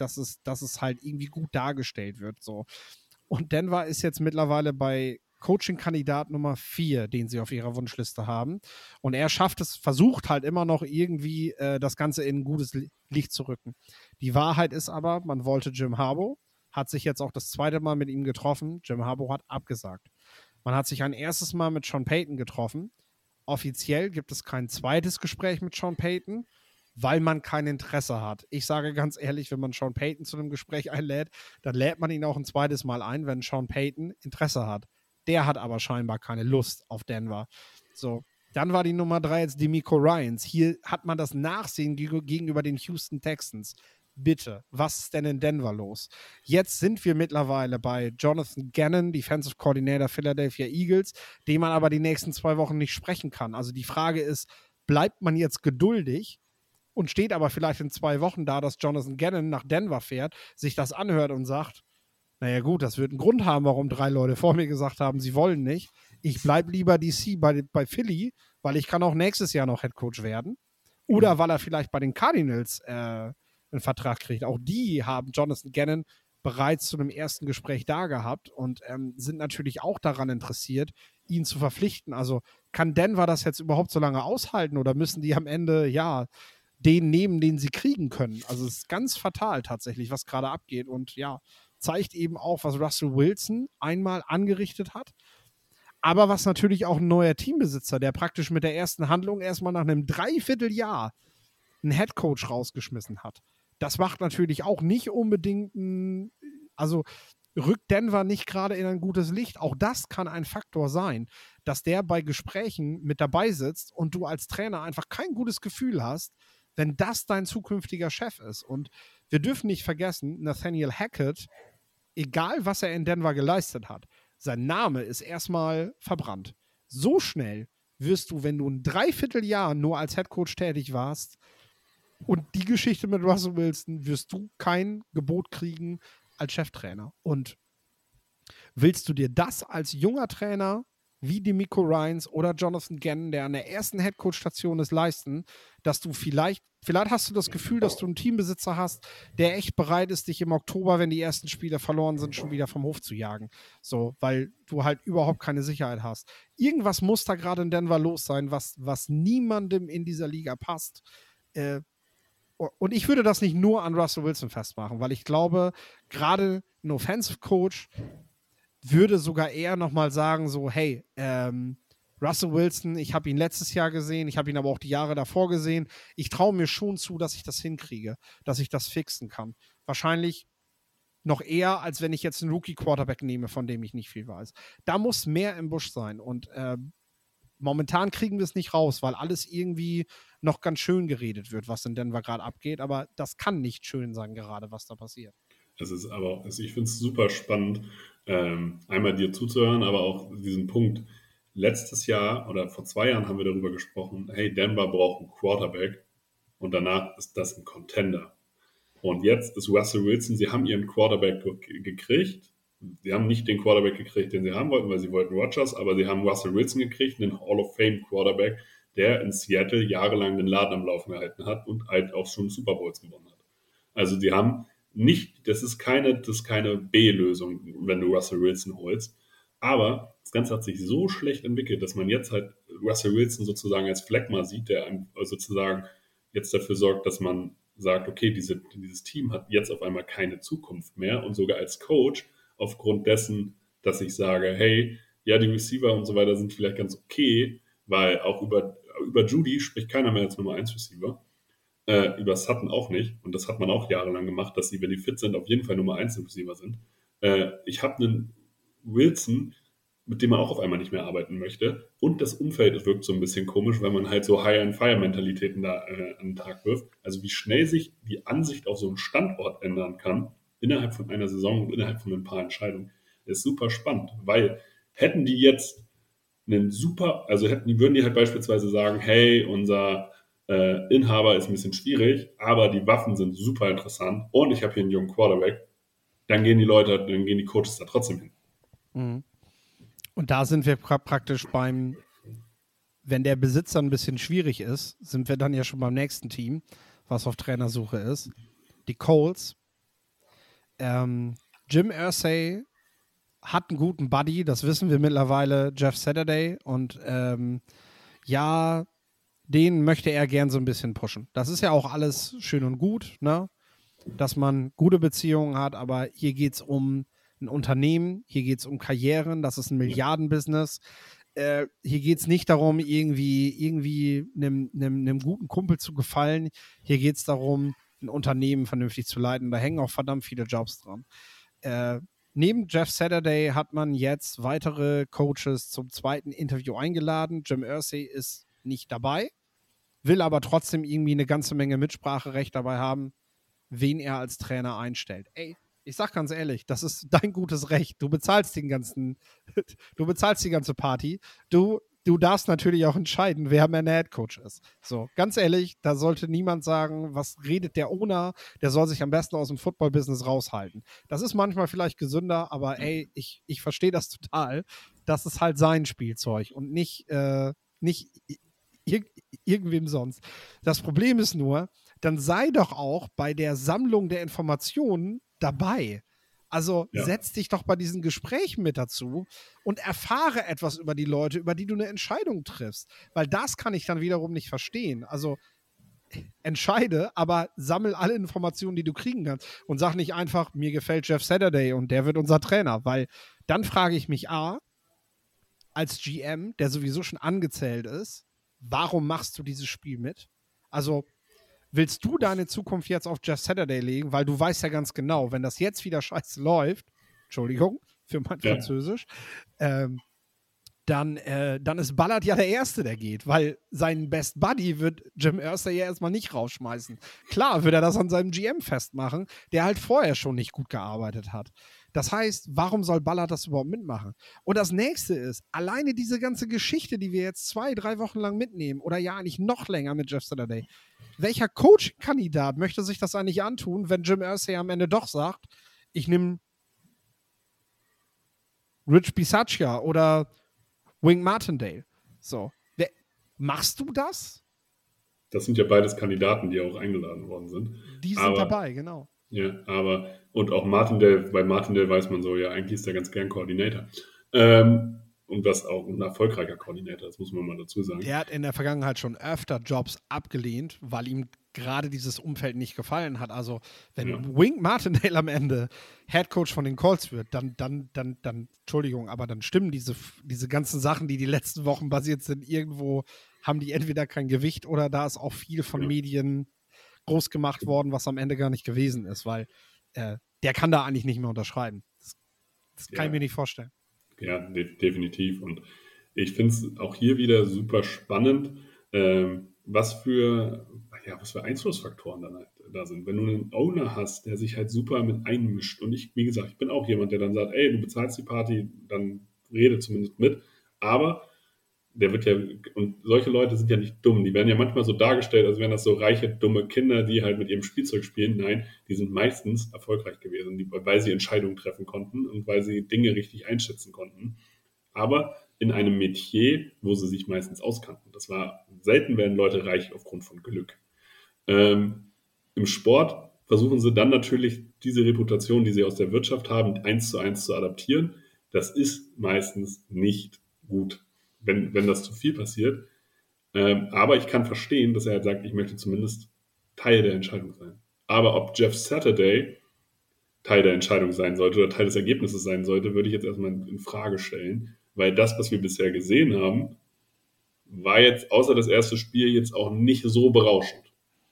halt irgendwie gut dargestellt wird. So. Und Denver ist jetzt mittlerweile bei Coaching-Kandidat Nummer 4, den sie auf ihrer Wunschliste haben. Und er versucht halt immer noch irgendwie das Ganze in ein gutes Licht zu rücken. Die Wahrheit ist aber, man wollte Jim Harbaugh, hat sich jetzt auch das zweite Mal mit ihm getroffen. Jim Harbaugh hat abgesagt. Man hat sich ein erstes Mal mit Sean Payton getroffen. Offiziell gibt es kein zweites Gespräch mit Sean Payton, weil man kein Interesse hat. Ich sage ganz ehrlich, wenn man Sean Payton zu einem Gespräch einlädt, dann lädt man ihn auch ein zweites Mal ein, wenn Sean Payton Interesse hat. Der hat aber scheinbar keine Lust auf Denver. So, dann war die Nummer 3 jetzt DeMeco Ryans. Hier hat man das Nachsehen gegenüber den Houston Texans. Bitte, was ist denn in Denver los? Jetzt sind wir mittlerweile bei Jonathan Gannon, Defensive Coordinator Philadelphia Eagles, den man aber die nächsten 2 Wochen nicht sprechen kann. Also die Frage ist, bleibt man jetzt geduldig und steht aber vielleicht in 2 Wochen da, dass Jonathan Gannon nach Denver fährt, sich das anhört und sagt, naja gut, das wird einen Grund haben, warum 3 Leute vor mir gesagt haben, sie wollen nicht. Ich bleibe lieber DC bei Philly, weil ich kann auch nächstes Jahr noch Headcoach werden. Oder weil er vielleicht bei den Cardinals einen Vertrag kriegt. Auch die haben Jonathan Gannon bereits zu einem ersten Gespräch da gehabt und sind natürlich auch daran interessiert, ihn zu verpflichten. Also kann Denver das jetzt überhaupt so lange aushalten oder müssen die am Ende, den nehmen, den sie kriegen können? Also es ist ganz fatal tatsächlich, was gerade abgeht, und zeigt eben auch, was Russell Wilson einmal angerichtet hat, aber was natürlich auch ein neuer Teambesitzer, der praktisch mit der ersten Handlung erstmal nach einem Dreivierteljahr einen Headcoach rausgeschmissen hat. Das macht natürlich auch nicht unbedingt rückt Denver nicht gerade in ein gutes Licht. Auch das kann ein Faktor sein, dass der bei Gesprächen mit dabei sitzt und du als Trainer einfach kein gutes Gefühl hast, wenn das dein zukünftiger Chef ist. Und wir dürfen nicht vergessen, Nathaniel Hackett, egal was er in Denver geleistet hat, sein Name ist erstmal verbrannt. So schnell wirst du, wenn du ein Dreivierteljahr nur als Headcoach tätig warst und die Geschichte mit Russell Wilson, wirst du kein Gebot kriegen als Cheftrainer. Und willst du dir das als junger Trainer wie DeMeco Ryans oder Jonathan Gannon, der an der ersten Headcoach-Station ist, leisten, dass du vielleicht hast du das Gefühl, dass du einen Teambesitzer hast, der echt bereit ist, dich im Oktober, wenn die ersten Spiele verloren sind, schon wieder vom Hof zu jagen. So, weil du halt überhaupt keine Sicherheit hast. Irgendwas muss da gerade in Denver los sein, was niemandem in dieser Liga passt. Und ich würde das nicht nur an Russell Wilson festmachen, weil ich glaube, gerade ein Offensive Coach würde sogar eher nochmal sagen, so, hey, Russell Wilson, ich habe ihn letztes Jahr gesehen, ich habe ihn aber auch die Jahre davor gesehen. Ich traue mir schon zu, dass ich das hinkriege, dass ich das fixen kann. Wahrscheinlich noch eher, als wenn ich jetzt einen Rookie-Quarterback nehme, von dem ich nicht viel weiß. Da muss mehr im Busch sein. Und momentan kriegen wir es nicht raus, weil alles irgendwie noch ganz schön geredet wird, was in Denver gerade abgeht. Aber das kann nicht schön sein, gerade was da passiert. Ich finde es super spannend, einmal dir zuzuhören, aber auch diesen Punkt. Letztes Jahr oder vor 2 Jahren haben wir darüber gesprochen, hey, Denver braucht einen Quarterback und danach ist das ein Contender. Und jetzt ist Russell Wilson, sie haben ihren Quarterback gekriegt. Sie haben nicht den Quarterback gekriegt, den sie haben wollten, weil sie wollten Rodgers, aber sie haben Russell Wilson gekriegt, einen Hall of Fame Quarterback, der in Seattle jahrelang den Laden am Laufen gehalten hat und halt auch schon Super Bowls gewonnen hat. Also die haben nicht, das ist keine B-Lösung, wenn du Russell Wilson holst. Aber das Ganze hat sich so schlecht entwickelt, dass man jetzt halt Russell Wilson sozusagen als Phlegma sieht, der sozusagen jetzt dafür sorgt, dass man sagt, okay, dieses Team hat jetzt auf einmal keine Zukunft mehr und sogar als Coach aufgrund dessen, dass ich sage, hey, ja, die Receiver und so weiter sind vielleicht ganz okay, weil auch über Judy spricht keiner mehr als Nummer 1 Receiver, über Sutton auch nicht und das hat man auch jahrelang gemacht, dass sie, wenn die fit sind, auf jeden Fall Nummer 1 Receiver sind. Ich habe einen Wilson, mit dem man auch auf einmal nicht mehr arbeiten möchte. Und das Umfeld wirkt so ein bisschen komisch, weil man halt so High-and-Fire-Mentalitäten da an den Tag wirft. Also wie schnell sich die Ansicht auf so einen Standort ändern kann, innerhalb von einer Saison und innerhalb von ein paar Entscheidungen, ist super spannend. Weil hätten die jetzt würden die halt beispielsweise sagen, hey, unser Inhaber ist ein bisschen schwierig, aber die Waffen sind super interessant und ich habe hier einen jungen Quarterback, dann gehen die Coaches da trotzdem hin. Und da sind wir praktisch wenn der Besitzer ein bisschen schwierig ist, sind wir dann ja schon beim nächsten Team, was auf Trainersuche ist. Die Colts. Jim Irsay hat einen guten Buddy, das wissen wir mittlerweile, Jeff Saturday. Und den möchte er gern so ein bisschen pushen. Das ist ja auch alles schön und gut, ne? Dass man gute Beziehungen hat, aber hier geht es um ein Unternehmen, hier geht es um Karrieren, das ist ein Milliardenbusiness. Hier geht es nicht darum, irgendwie einem guten Kumpel zu gefallen. Hier geht es darum, ein Unternehmen vernünftig zu leiten. Da hängen auch verdammt viele Jobs dran. Neben Jeff Saturday hat man jetzt weitere Coaches zum zweiten Interview eingeladen. Jim Irsay ist nicht dabei, will aber trotzdem irgendwie eine ganze Menge Mitspracherecht dabei haben, wen er als Trainer einstellt. Ey, ich sag ganz ehrlich, das ist dein gutes Recht. Du bezahlst die ganze Party. Du darfst natürlich auch entscheiden, wer mein Headcoach ist. So, ganz ehrlich, da sollte niemand sagen, was redet der Owner, der soll sich am besten aus dem Football-Business raushalten. Das ist manchmal vielleicht gesünder, aber ey, ich verstehe das total. Das ist halt sein Spielzeug und nicht irgendwem sonst. Das Problem ist nur, dann sei doch auch bei der Sammlung der Informationen dabei. Also setz dich doch bei diesen Gesprächen mit dazu und erfahre etwas über die Leute, über die du eine Entscheidung triffst. Weil das kann ich dann wiederum nicht verstehen. Also entscheide, aber sammel alle Informationen, die du kriegen kannst und sag nicht einfach, mir gefällt Jeff Saturday und der wird unser Trainer. Weil dann frage ich mich als GM, der sowieso schon angezählt ist, warum machst du dieses Spiel mit? Also willst du deine Zukunft jetzt auf Jeff Saturday legen, weil du weißt ja ganz genau, wenn das jetzt wieder scheiße läuft, Entschuldigung für mein Französisch, dann ist Ballard ja der Erste, der geht, weil sein Best Buddy wird Jim Irsay ja erstmal nicht rausschmeißen. Klar wird er das an seinem GM festmachen, der halt vorher schon nicht gut gearbeitet hat. Das heißt, warum soll Ballard das überhaupt mitmachen? Und das nächste ist, alleine diese ganze Geschichte, die wir jetzt 2-3 Wochen lang mitnehmen, oder ja eigentlich noch länger mit Jeff Saturday, welcher Coach-Kandidat möchte sich das eigentlich antun, wenn Jim Irsay am Ende doch sagt, ich nehme Rich Bisaccia oder Wink Martindale? So. Machst du das? Das sind ja beides Kandidaten, die auch eingeladen worden sind. Die sind dabei, genau. Ja, und auch bei Martindale weiß man so, ja, eigentlich ist der ganz gern Koordinator. Und das auch ein erfolgreicher Koordinator, das muss man mal dazu sagen. Der hat in der Vergangenheit schon öfter Jobs abgelehnt, weil ihm gerade dieses Umfeld nicht gefallen hat. Also, wenn Wink Martindale am Ende Headcoach von den Colts wird, dann, Entschuldigung, aber dann stimmen diese ganzen Sachen, die letzten Wochen basiert sind, irgendwo haben die entweder kein Gewicht oder da ist auch viel von Medien groß gemacht worden, was am Ende gar nicht gewesen ist, weil der kann da eigentlich nicht mehr unterschreiben. Das kann ich mir nicht vorstellen. Ja, definitiv. Und ich finde es auch hier wieder super spannend, was für Einflussfaktoren dann halt da sind. Wenn du einen Owner hast, der sich halt super mit einmischt und wie gesagt, ich bin auch jemand, der dann sagt, ey, du bezahlst die Party, dann rede zumindest mit, aber der wird ja, und solche Leute sind ja nicht dumm, die werden ja manchmal so dargestellt, als wären das so reiche, dumme Kinder, die halt mit ihrem Spielzeug spielen. Nein, die sind meistens erfolgreich gewesen, weil sie Entscheidungen treffen konnten und weil sie Dinge richtig einschätzen konnten. Aber in einem Metier, wo sie sich meistens auskannten. Selten werden Leute reich aufgrund von Glück. Im Sport versuchen sie dann natürlich diese Reputation, die sie aus der Wirtschaft haben, 1:1 zu adaptieren. Das ist meistens nicht gut, wenn das zu viel passiert. Aber ich kann verstehen, dass er halt sagt, ich möchte zumindest Teil der Entscheidung sein. Aber ob Jeff Saturday Teil der Entscheidung sein sollte oder Teil des Ergebnisses sein sollte, würde ich jetzt erstmal in Frage stellen. Weil das, was wir bisher gesehen haben, war jetzt außer das erste Spiel jetzt auch nicht so berauschend.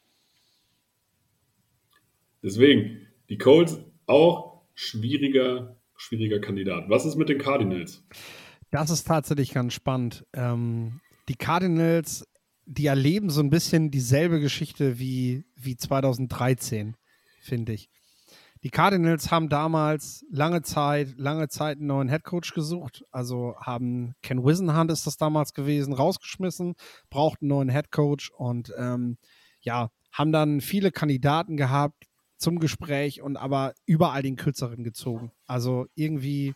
Deswegen, die Colts auch schwieriger Kandidat. Was ist mit den Cardinals? Das ist tatsächlich ganz spannend. Die Cardinals, die erleben so ein bisschen dieselbe Geschichte wie 2013, finde ich. Die Cardinals haben damals lange Zeit einen neuen Headcoach gesucht. Also haben Ken Whisenhunt ist das damals gewesen, rausgeschmissen, brauchten einen neuen Headcoach und haben dann viele Kandidaten gehabt zum Gespräch und aber überall den kürzeren gezogen. Also irgendwie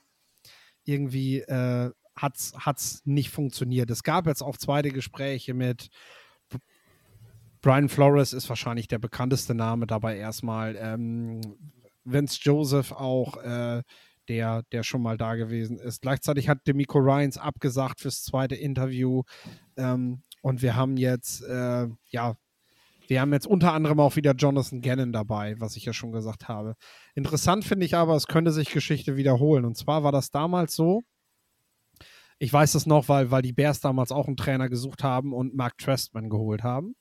hat's nicht funktioniert. Es gab jetzt auch zweite Gespräche mit Brian Flores, ist wahrscheinlich der bekannteste Name dabei erstmal. Vince Joseph auch, der schon mal da gewesen ist. Gleichzeitig hat DeMeco Ryans abgesagt fürs zweite Interview. Und wir haben jetzt unter anderem auch wieder Jonathan Gannon dabei, was ich ja schon gesagt habe. Interessant finde ich aber, es könnte sich Geschichte wiederholen. Und zwar war das damals so, ich weiß das noch, weil die Bears damals auch einen Trainer gesucht haben und Mark Trestman geholt haben.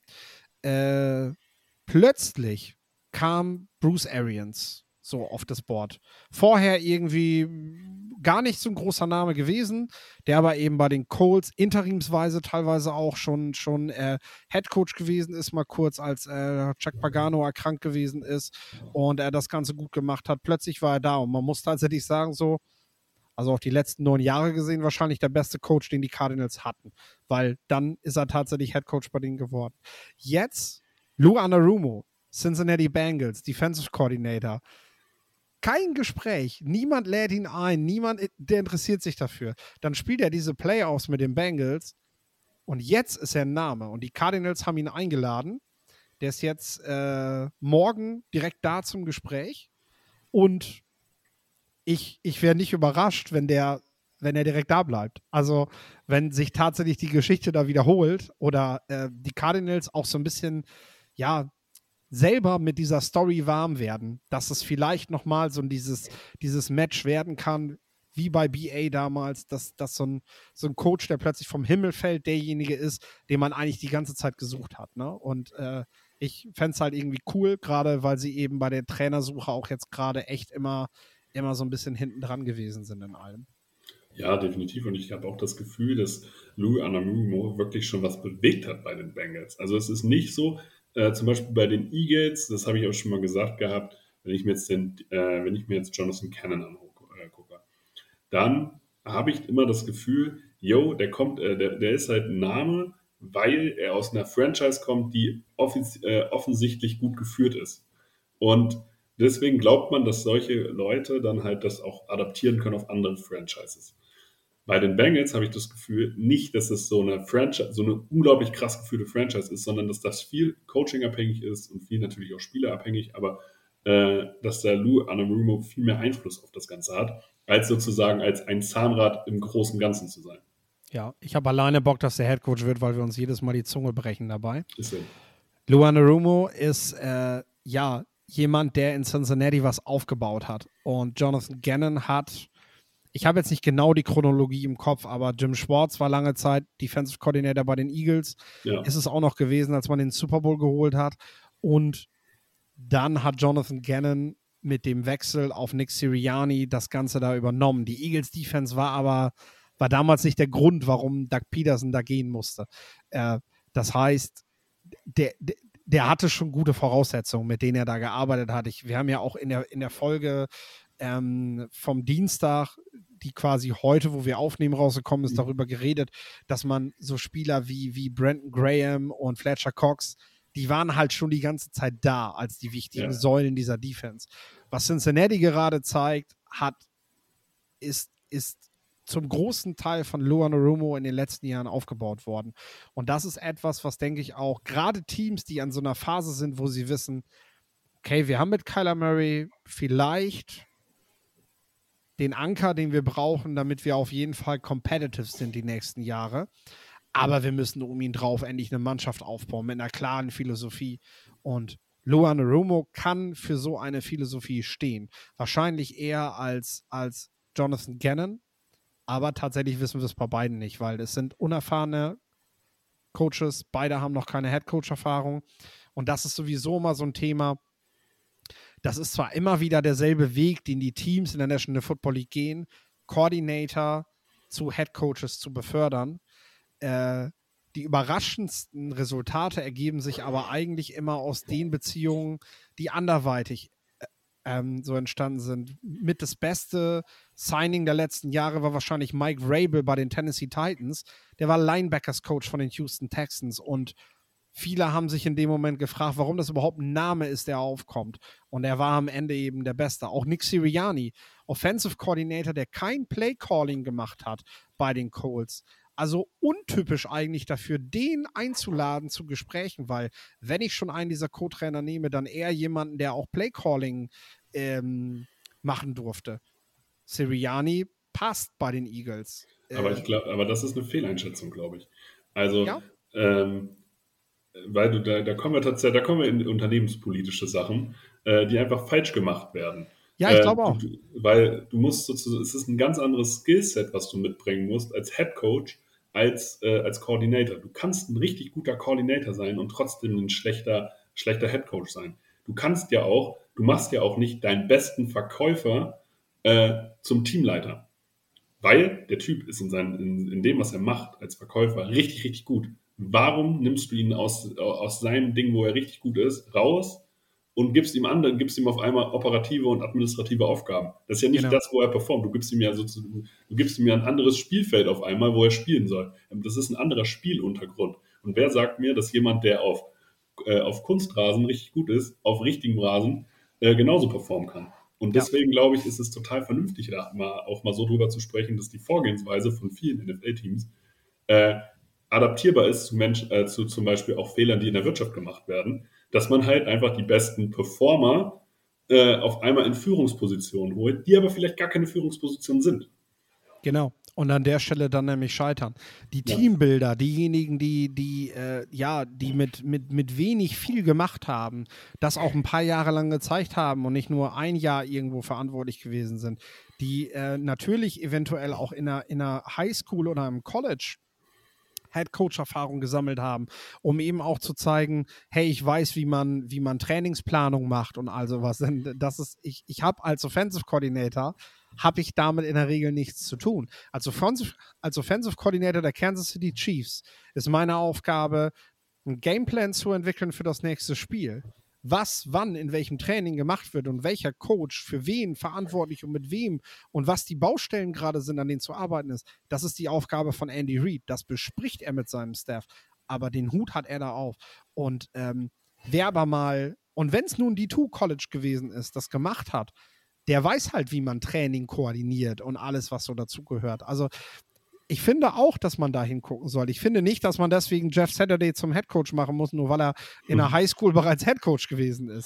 Plötzlich kam Bruce Arians so auf das Board. Vorher irgendwie gar nicht so ein großer Name gewesen, der aber eben bei den Colts interimsweise teilweise auch schon Headcoach gewesen ist, mal kurz, als Chuck Pagano erkrankt gewesen ist und er das Ganze gut gemacht hat. Plötzlich war er da und man muss tatsächlich sagen, so, also auch die letzten 9 Jahre gesehen, wahrscheinlich der beste Coach, den die Cardinals hatten, weil dann ist er tatsächlich Headcoach bei denen geworden. Jetzt Lou Anarumo, Cincinnati Bengals, Defensive Coordinator. Kein Gespräch, niemand lädt ihn ein, der interessiert sich dafür. Dann spielt er diese Playoffs mit den Bengals und jetzt ist er ein Name und die Cardinals haben ihn eingeladen. Der ist jetzt morgen direkt da zum Gespräch und ich wäre nicht überrascht, wenn er direkt da bleibt. Also wenn sich tatsächlich die Geschichte da wiederholt oder die Cardinals auch so ein bisschen, selber mit dieser Story warm werden, dass es vielleicht nochmal so dieses Match werden kann, wie bei BA damals, dass so ein Coach, der plötzlich vom Himmel fällt, derjenige ist, den man eigentlich die ganze Zeit gesucht hat. Ne? Und ich fände es halt irgendwie cool, gerade weil sie eben bei der Trainersuche auch jetzt gerade echt immer so ein bisschen hinten dran gewesen sind in allem. Ja, definitiv. Und ich habe auch das Gefühl, dass Lou Anarumo wirklich schon was bewegt hat bei den Bengals. Also es ist nicht so, zum Beispiel bei den Eagles, das habe ich auch schon mal gesagt gehabt, wenn ich mir jetzt Jonathan Gannon angucke. dann habe ich immer das Gefühl, der ist halt ein Name, weil er aus einer Franchise kommt, die offensichtlich gut geführt ist. Und deswegen glaubt man, dass solche Leute dann halt das auch adaptieren können auf andere Franchises. Bei den Bengals habe ich das Gefühl, nicht, dass es so eine Franchise, so eine unglaublich krass geführte Franchise ist, sondern dass das viel Coaching-abhängig ist und viel natürlich auch spielerabhängig, aber dass der Lou Anarumo viel mehr Einfluss auf das Ganze hat, als sozusagen als ein Zahnrad im großen Ganzen zu sein. Ja, ich habe alleine Bock, dass der Headcoach wird, weil wir uns jedes Mal die Zunge brechen dabei. Ist so. Lou Anarumo ist jemand, der in Cincinnati was aufgebaut hat. Und Jonathan Gannon hat, ich habe jetzt nicht genau die Chronologie im Kopf, aber Jim Schwartz war lange Zeit Defensive Coordinator bei den Eagles. Ja. Ist es auch noch gewesen, als man den Super Bowl geholt hat. Und dann hat Jonathan Gannon mit dem Wechsel auf Nick Sirianni das Ganze da übernommen. Die Eagles Defense war damals nicht der Grund, warum Doug Peterson da gehen musste. Das heißt, der hatte schon gute Voraussetzungen, mit denen er da gearbeitet hat. Wir haben ja auch in der Folge vom Dienstag, die quasi heute, wo wir aufnehmen, rausgekommen ist, darüber geredet, dass man so Spieler wie Brandon Graham und Fletcher Cox, die waren halt schon die ganze Zeit da als die wichtigen Säulen dieser Defense. Was Cincinnati gerade zeigt, ist zum großen Teil von Lou Anarumo in den letzten Jahren aufgebaut worden. Und das ist etwas, was, denke ich, auch gerade Teams, die an so einer Phase sind, wo sie wissen, okay, wir haben mit Kyler Murray vielleicht den Anker, den wir brauchen, damit wir auf jeden Fall competitive sind die nächsten Jahre. Aber wir müssen um ihn drauf endlich eine Mannschaft aufbauen mit einer klaren Philosophie. Und Lou Anarumo kann für so eine Philosophie stehen. Wahrscheinlich eher als Jonathan Gannon. Aber tatsächlich wissen wir es bei beiden nicht, weil es sind unerfahrene Coaches. Beide haben noch keine Head-Coach-Erfahrung. Und das ist sowieso immer so ein Thema. Das ist zwar immer wieder derselbe Weg, den die Teams in der National Football League gehen, Coordinator zu Head-Coaches zu befördern. Die überraschendsten Resultate ergeben sich aber eigentlich immer aus den Beziehungen, die anderweitig so entstanden sind. Mit das beste Signing der letzten Jahre war wahrscheinlich Mike Vrabel bei den Tennessee Titans. Der war Linebackers-Coach von den Houston Texans und viele haben sich in dem Moment gefragt, warum das überhaupt ein Name ist, der aufkommt. Und er war am Ende eben der Beste. Auch Nick Sirianni, Offensive Coordinator, der kein Play-Calling gemacht hat bei den Colts. Also untypisch eigentlich dafür, den einzuladen zu Gesprächen, weil wenn ich schon einen dieser Co-Trainer nehme, dann eher jemanden, der auch Play-Calling machen durfte. Sirianni passt bei den Eagles. Aber das ist eine Fehleinschätzung, glaube ich. Also, weil da kommen wir in unternehmenspolitische Sachen, die einfach falsch gemacht werden. Ja, ich glaube auch. Weil du musst sozusagen, es ist ein ganz anderes Skillset, was du mitbringen musst als Head Coach, als Coordinator. Du kannst ein richtig guter Coordinator sein und trotzdem ein schlechter Head Coach sein. Du machst ja auch nicht deinen besten Verkäufer zum Teamleiter. Weil der Typ ist in dem, was er macht als Verkäufer, richtig, richtig gut. Warum nimmst du ihn aus seinem Ding, wo er richtig gut ist, raus und gibst ihm auf einmal operative und administrative Aufgaben? Das ist ja nicht das, wo er performt. Du gibst ihm ja ein anderes Spielfeld auf einmal, wo er spielen soll. Das ist ein anderer Spieluntergrund. Und wer sagt mir, dass jemand, der auf Kunstrasen richtig gut ist, auf richtigem Rasen genauso performen kann? Und deswegen glaube ich, ist es total vernünftig, da auch mal so drüber zu sprechen, dass die Vorgehensweise von vielen NFL-Teams adaptierbar ist zu zum Beispiel auch Fehlern, die in der Wirtschaft gemacht werden, dass man halt einfach die besten Performer auf einmal in Führungspositionen holt, die aber vielleicht gar keine Führungspositionen sind. Genau. Und an der Stelle dann nämlich scheitern. Die Teambuilder, diejenigen, die mit wenig viel gemacht haben, das auch ein paar Jahre lang gezeigt haben und nicht nur ein Jahr irgendwo verantwortlich gewesen sind, die natürlich eventuell auch in einer Highschool oder im College Head-Coach-Erfahrung gesammelt haben, um eben auch zu zeigen, hey, ich weiß, wie man Trainingsplanung macht und all sowas. Denn ich habe als Offensive Coordinator habe ich damit in der Regel nichts zu tun. Als Offensive Coordinator der Kansas City Chiefs ist meine Aufgabe, einen Gameplan zu entwickeln für das nächste Spiel. was wann in welchem Training gemacht wird und welcher Coach für wen verantwortlich und mit wem und was die Baustellen gerade sind, an denen zu arbeiten ist, das ist die Aufgabe von Andy Reid. Das bespricht er mit seinem Staff. Aber den Hut hat er da auf. Und wer aber mal, und wenn es nun D2 College gewesen ist, das gemacht hat, der weiß halt, wie man Training koordiniert und alles, was so dazugehört. Also ich finde auch, dass man da hingucken soll. Ich finde nicht, dass man deswegen Jeff Saturday zum Headcoach machen muss, nur weil er in der Highschool bereits Headcoach gewesen ist.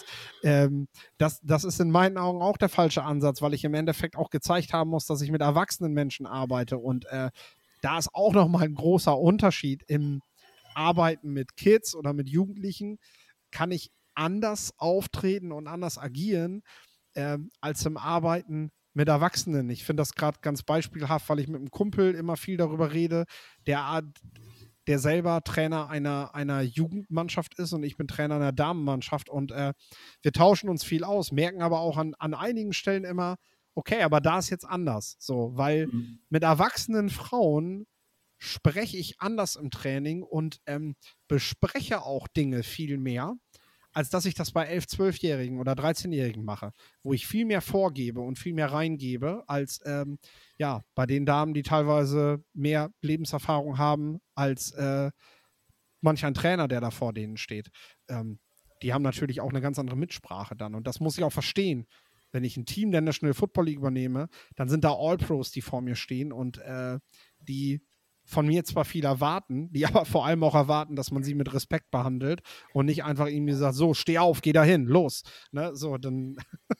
Das ist in meinen Augen auch der falsche Ansatz, weil ich im Endeffekt auch gezeigt haben muss, dass ich mit erwachsenen Menschen arbeite. Und da ist auch nochmal ein großer Unterschied. Im Arbeiten mit Kids oder mit Jugendlichen kann ich anders auftreten und anders agieren, als im Arbeiten mit Erwachsenen. Ich finde das gerade ganz beispielhaft, weil ich mit einem Kumpel immer viel darüber rede, der selber Trainer einer Jugendmannschaft ist und ich bin Trainer einer Damenmannschaft und wir tauschen uns viel aus, merken aber auch an einigen Stellen immer, okay, aber da ist jetzt anders, so, weil mit erwachsenen Frauen spreche ich anders im Training und bespreche auch Dinge viel mehr, als dass ich das bei 11-, 12-Jährigen oder 13-Jährigen mache, wo ich viel mehr vorgebe und viel mehr reingebe, als bei den Damen, die teilweise mehr Lebenserfahrung haben, als manch ein Trainer, der da vor denen steht. Die haben natürlich auch eine ganz andere Mitsprache dann und das muss ich auch verstehen. Wenn ich ein Team der National Football League übernehme, dann sind da All-Pros, die vor mir stehen und die von mir zwar viel erwarten, die aber vor allem auch erwarten, dass man sie mit Respekt behandelt und nicht einfach irgendwie sagt, so, steh auf, geh dahin, los. Ne? So, dann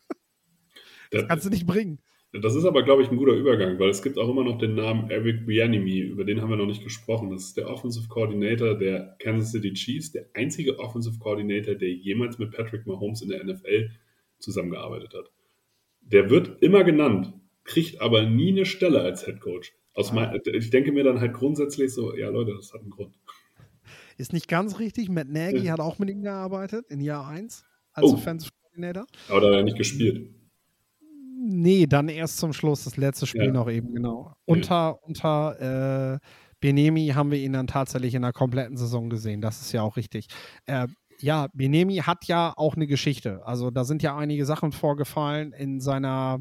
das kannst du nicht bringen. Das ist aber, glaube ich, ein guter Übergang, weil es gibt auch immer noch den Namen Eric Bieniemy, über den haben wir noch nicht gesprochen. Das ist der Offensive Coordinator der Kansas City Chiefs, der einzige Offensive Coordinator, der jemals mit Patrick Mahomes in der NFL zusammengearbeitet hat. Der wird immer genannt, kriegt aber nie eine Stelle als Head Coach. Ich denke mir dann halt grundsätzlich so, ja Leute, das hat einen Grund. Ist nicht ganz richtig, Matt Nagy hat auch mit ihm gearbeitet in Jahr 1 als Offensive Coordinator. Aber da hat er nicht gespielt. Nee, dann erst zum Schluss, das letzte Spiel noch eben, genau. Unter Bieniemy haben wir ihn dann tatsächlich in der kompletten Saison gesehen, das ist ja auch richtig. Bieniemy hat ja auch eine Geschichte, also da sind ja einige Sachen vorgefallen in seiner,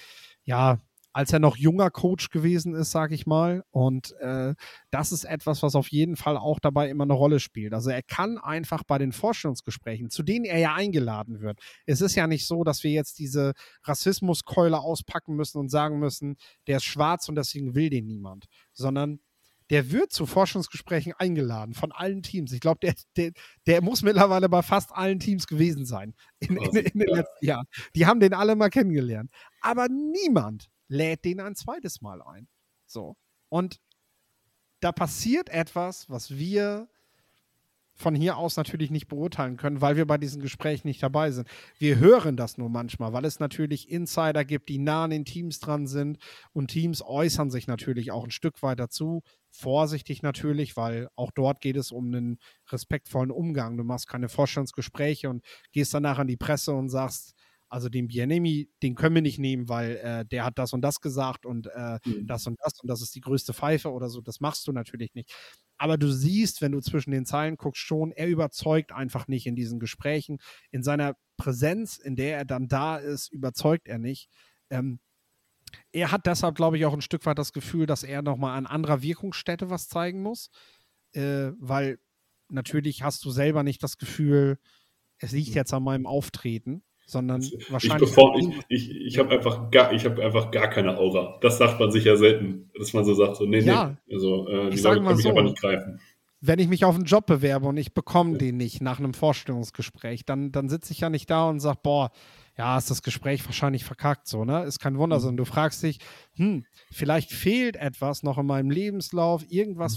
als er noch junger Coach gewesen ist, sag ich mal. Und das ist etwas, was auf jeden Fall auch dabei immer eine Rolle spielt. Also er kann einfach bei den Vorstellungsgesprächen, zu denen er ja eingeladen wird. Es ist ja nicht so, dass wir jetzt diese Rassismuskeule auspacken müssen und sagen müssen, der ist schwarz und deswegen will den niemand. Sondern der wird zu Forschungsgesprächen eingeladen von allen Teams. Ich glaube, der muss mittlerweile bei fast allen Teams gewesen sein in den letzten Jahren. Die haben den alle mal kennengelernt. Aber niemand lädt den ein zweites Mal ein. So. Und da passiert etwas, was wir von hier aus natürlich nicht beurteilen können, weil wir bei diesen Gesprächen nicht dabei sind. Wir hören das nur manchmal, weil es natürlich Insider gibt, die nah an den Teams dran sind und Teams äußern sich natürlich auch ein Stück weit dazu. Vorsichtig natürlich, weil auch dort geht es um einen respektvollen Umgang. Du machst keine Vorstandsgespräche und gehst danach an die Presse und sagst, also den Bieniemy, den können wir nicht nehmen, weil der hat das und das gesagt und das und das ist die größte Pfeife oder so. Das machst du natürlich nicht. Aber du siehst, wenn du zwischen den Zeilen guckst, schon, er überzeugt einfach nicht in diesen Gesprächen. In seiner Präsenz, in der er dann da ist, überzeugt er nicht. Er hat deshalb, glaube ich, auch ein Stück weit das Gefühl, dass er nochmal an anderer Wirkungsstätte was zeigen muss. Weil natürlich hast du selber nicht das Gefühl, es liegt jetzt an meinem Auftreten, sondern wahrscheinlich. Ich habe einfach gar keine Aura. Das sagt man sich ja selten, dass man so sagt, so, nee. Also, die Leute können mich aber nicht greifen. Wenn ich mich auf einen Job bewerbe und ich bekomme den nicht nach einem Vorstellungsgespräch, dann sitze ich ja nicht da und sage, ist das Gespräch wahrscheinlich verkackt, so, ne? Ist kein Wunder, sondern du fragst dich, vielleicht fehlt etwas noch in meinem Lebenslauf, irgendwas,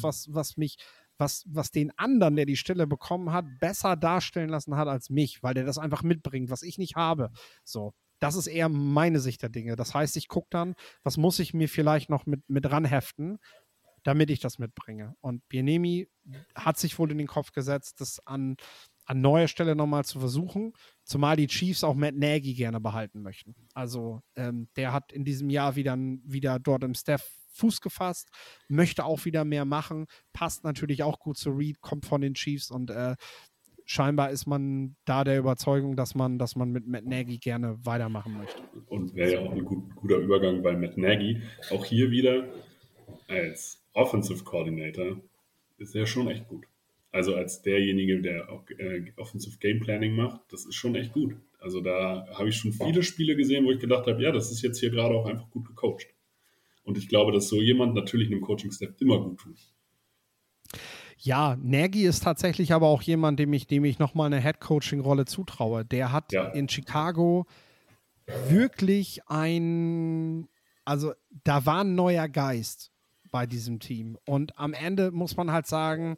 was den anderen, der die Stelle bekommen hat, besser darstellen lassen hat als mich, weil der das einfach mitbringt, was ich nicht habe. So, das ist eher meine Sicht der Dinge. Das heißt, ich gucke dann, was muss ich mir vielleicht noch mit ranheften, damit ich das mitbringe. Und Bieniemy hat sich wohl in den Kopf gesetzt, das an neuer Stelle nochmal zu versuchen, zumal die Chiefs auch Matt Nagy gerne behalten möchten. Also der hat in diesem Jahr wieder dort im Staff Fuß gefasst, möchte auch wieder mehr machen, passt natürlich auch gut zu Reid, kommt von den Chiefs und scheinbar ist man da der Überzeugung, dass man mit Matt Nagy gerne weitermachen möchte. Und wäre ja auch ein guter Übergang bei Matt Nagy. Auch hier wieder als Offensive Coordinator ist er schon echt gut. Also als derjenige, der auch Offensive Game Planning macht, das ist schon echt gut. Also da habe ich schon viele Spiele gesehen, wo ich gedacht habe, ja, das ist jetzt hier gerade auch einfach gut gecoacht. Und ich glaube, dass so jemand natürlich einem Coaching-Staff immer gut tut. Ja, Nagy ist tatsächlich aber auch jemand, dem ich nochmal eine Head-Coaching-Rolle zutraue. Der hat in Chicago wirklich also da war ein neuer Geist bei diesem Team. Und am Ende muss man halt sagen,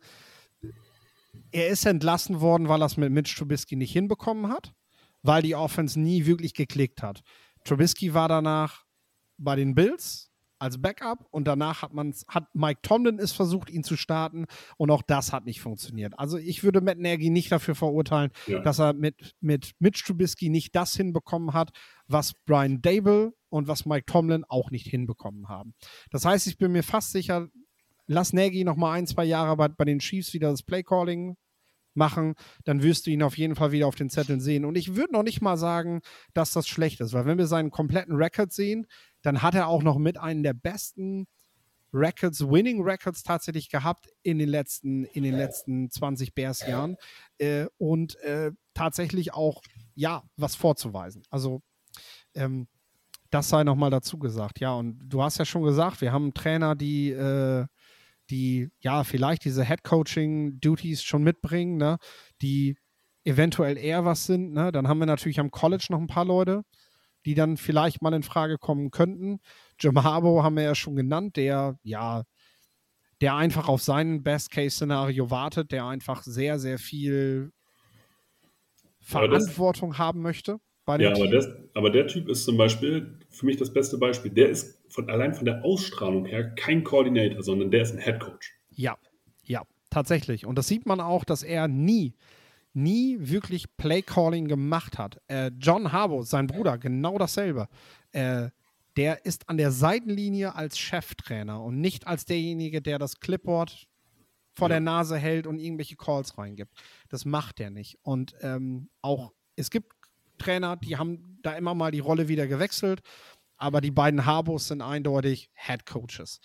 er ist entlassen worden, weil er es mit Mitch Trubisky nicht hinbekommen hat, weil die Offense nie wirklich geklickt hat. Trubisky war danach bei den Bills als Backup und danach hat Mike Tomlin es versucht, ihn zu starten und auch das hat nicht funktioniert. Also ich würde Matt Nagy nicht dafür verurteilen, dass er mit Mitch Trubisky nicht das hinbekommen hat, was Brian Daboll und was Mike Tomlin auch nicht hinbekommen haben. Das heißt, ich bin mir fast sicher, lass Nagy noch mal 1-2 Jahre bei den Chiefs wieder das Playcalling machen, dann wirst du ihn auf jeden Fall wieder auf den Zetteln sehen. Und ich würde noch nicht mal sagen, dass das schlecht ist, weil wenn wir seinen kompletten Record sehen, dann hat er auch noch mit einem der besten Winning Records tatsächlich gehabt in den letzten 20 Bears-Jahren und tatsächlich auch, was vorzuweisen. Also das sei nochmal dazu gesagt. Ja, und du hast ja schon gesagt, wir haben Trainer, die vielleicht diese Head-Coaching-Duties schon mitbringen, ne? Die eventuell eher was sind. Ne? Dann haben wir natürlich am College noch ein paar Leute, die dann vielleicht mal in Frage kommen könnten. Jim Harbaugh haben wir ja schon genannt, der einfach auf sein Best-Case-Szenario wartet, der einfach sehr, sehr viel Verantwortung haben möchte. Aber der Typ ist zum Beispiel für mich das beste Beispiel. Der ist allein von der Ausstrahlung her kein Coordinator, sondern der ist ein Head Coach. Ja, tatsächlich. Und das sieht man auch, dass er nie wirklich Play-Calling gemacht hat. John Harbaugh, sein Bruder, genau dasselbe. Der ist an der Seitenlinie als Cheftrainer und nicht als derjenige, der das Clipboard vor der Nase hält und irgendwelche Calls reingibt. Das macht er nicht. Und auch, es gibt Trainer, die haben da immer mal die Rolle wieder gewechselt, aber die beiden Harbaughs sind eindeutig Head Coaches.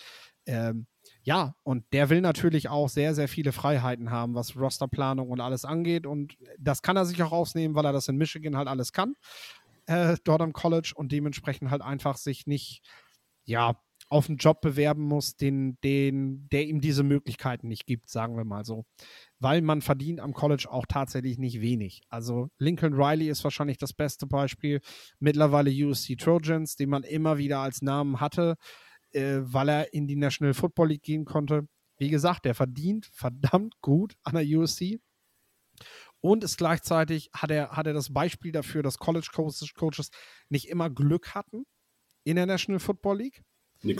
Und der will natürlich auch sehr, sehr viele Freiheiten haben, was Rosterplanung und alles angeht und das kann er sich auch rausnehmen, weil er das in Michigan halt alles kann, dort am College und dementsprechend halt einfach sich nicht, auf einen Job bewerben muss, der ihm diese Möglichkeiten nicht gibt, sagen wir mal so. Weil man verdient am College auch tatsächlich nicht wenig. Also Lincoln Riley ist wahrscheinlich das beste Beispiel. Mittlerweile USC Trojans, den man immer wieder als Namen hatte, weil er in die National Football League gehen konnte. Wie gesagt, der verdient verdammt gut an der USC. Und ist gleichzeitig hat er das Beispiel dafür, dass College Coaches nicht immer Glück hatten in der National Football League. Nick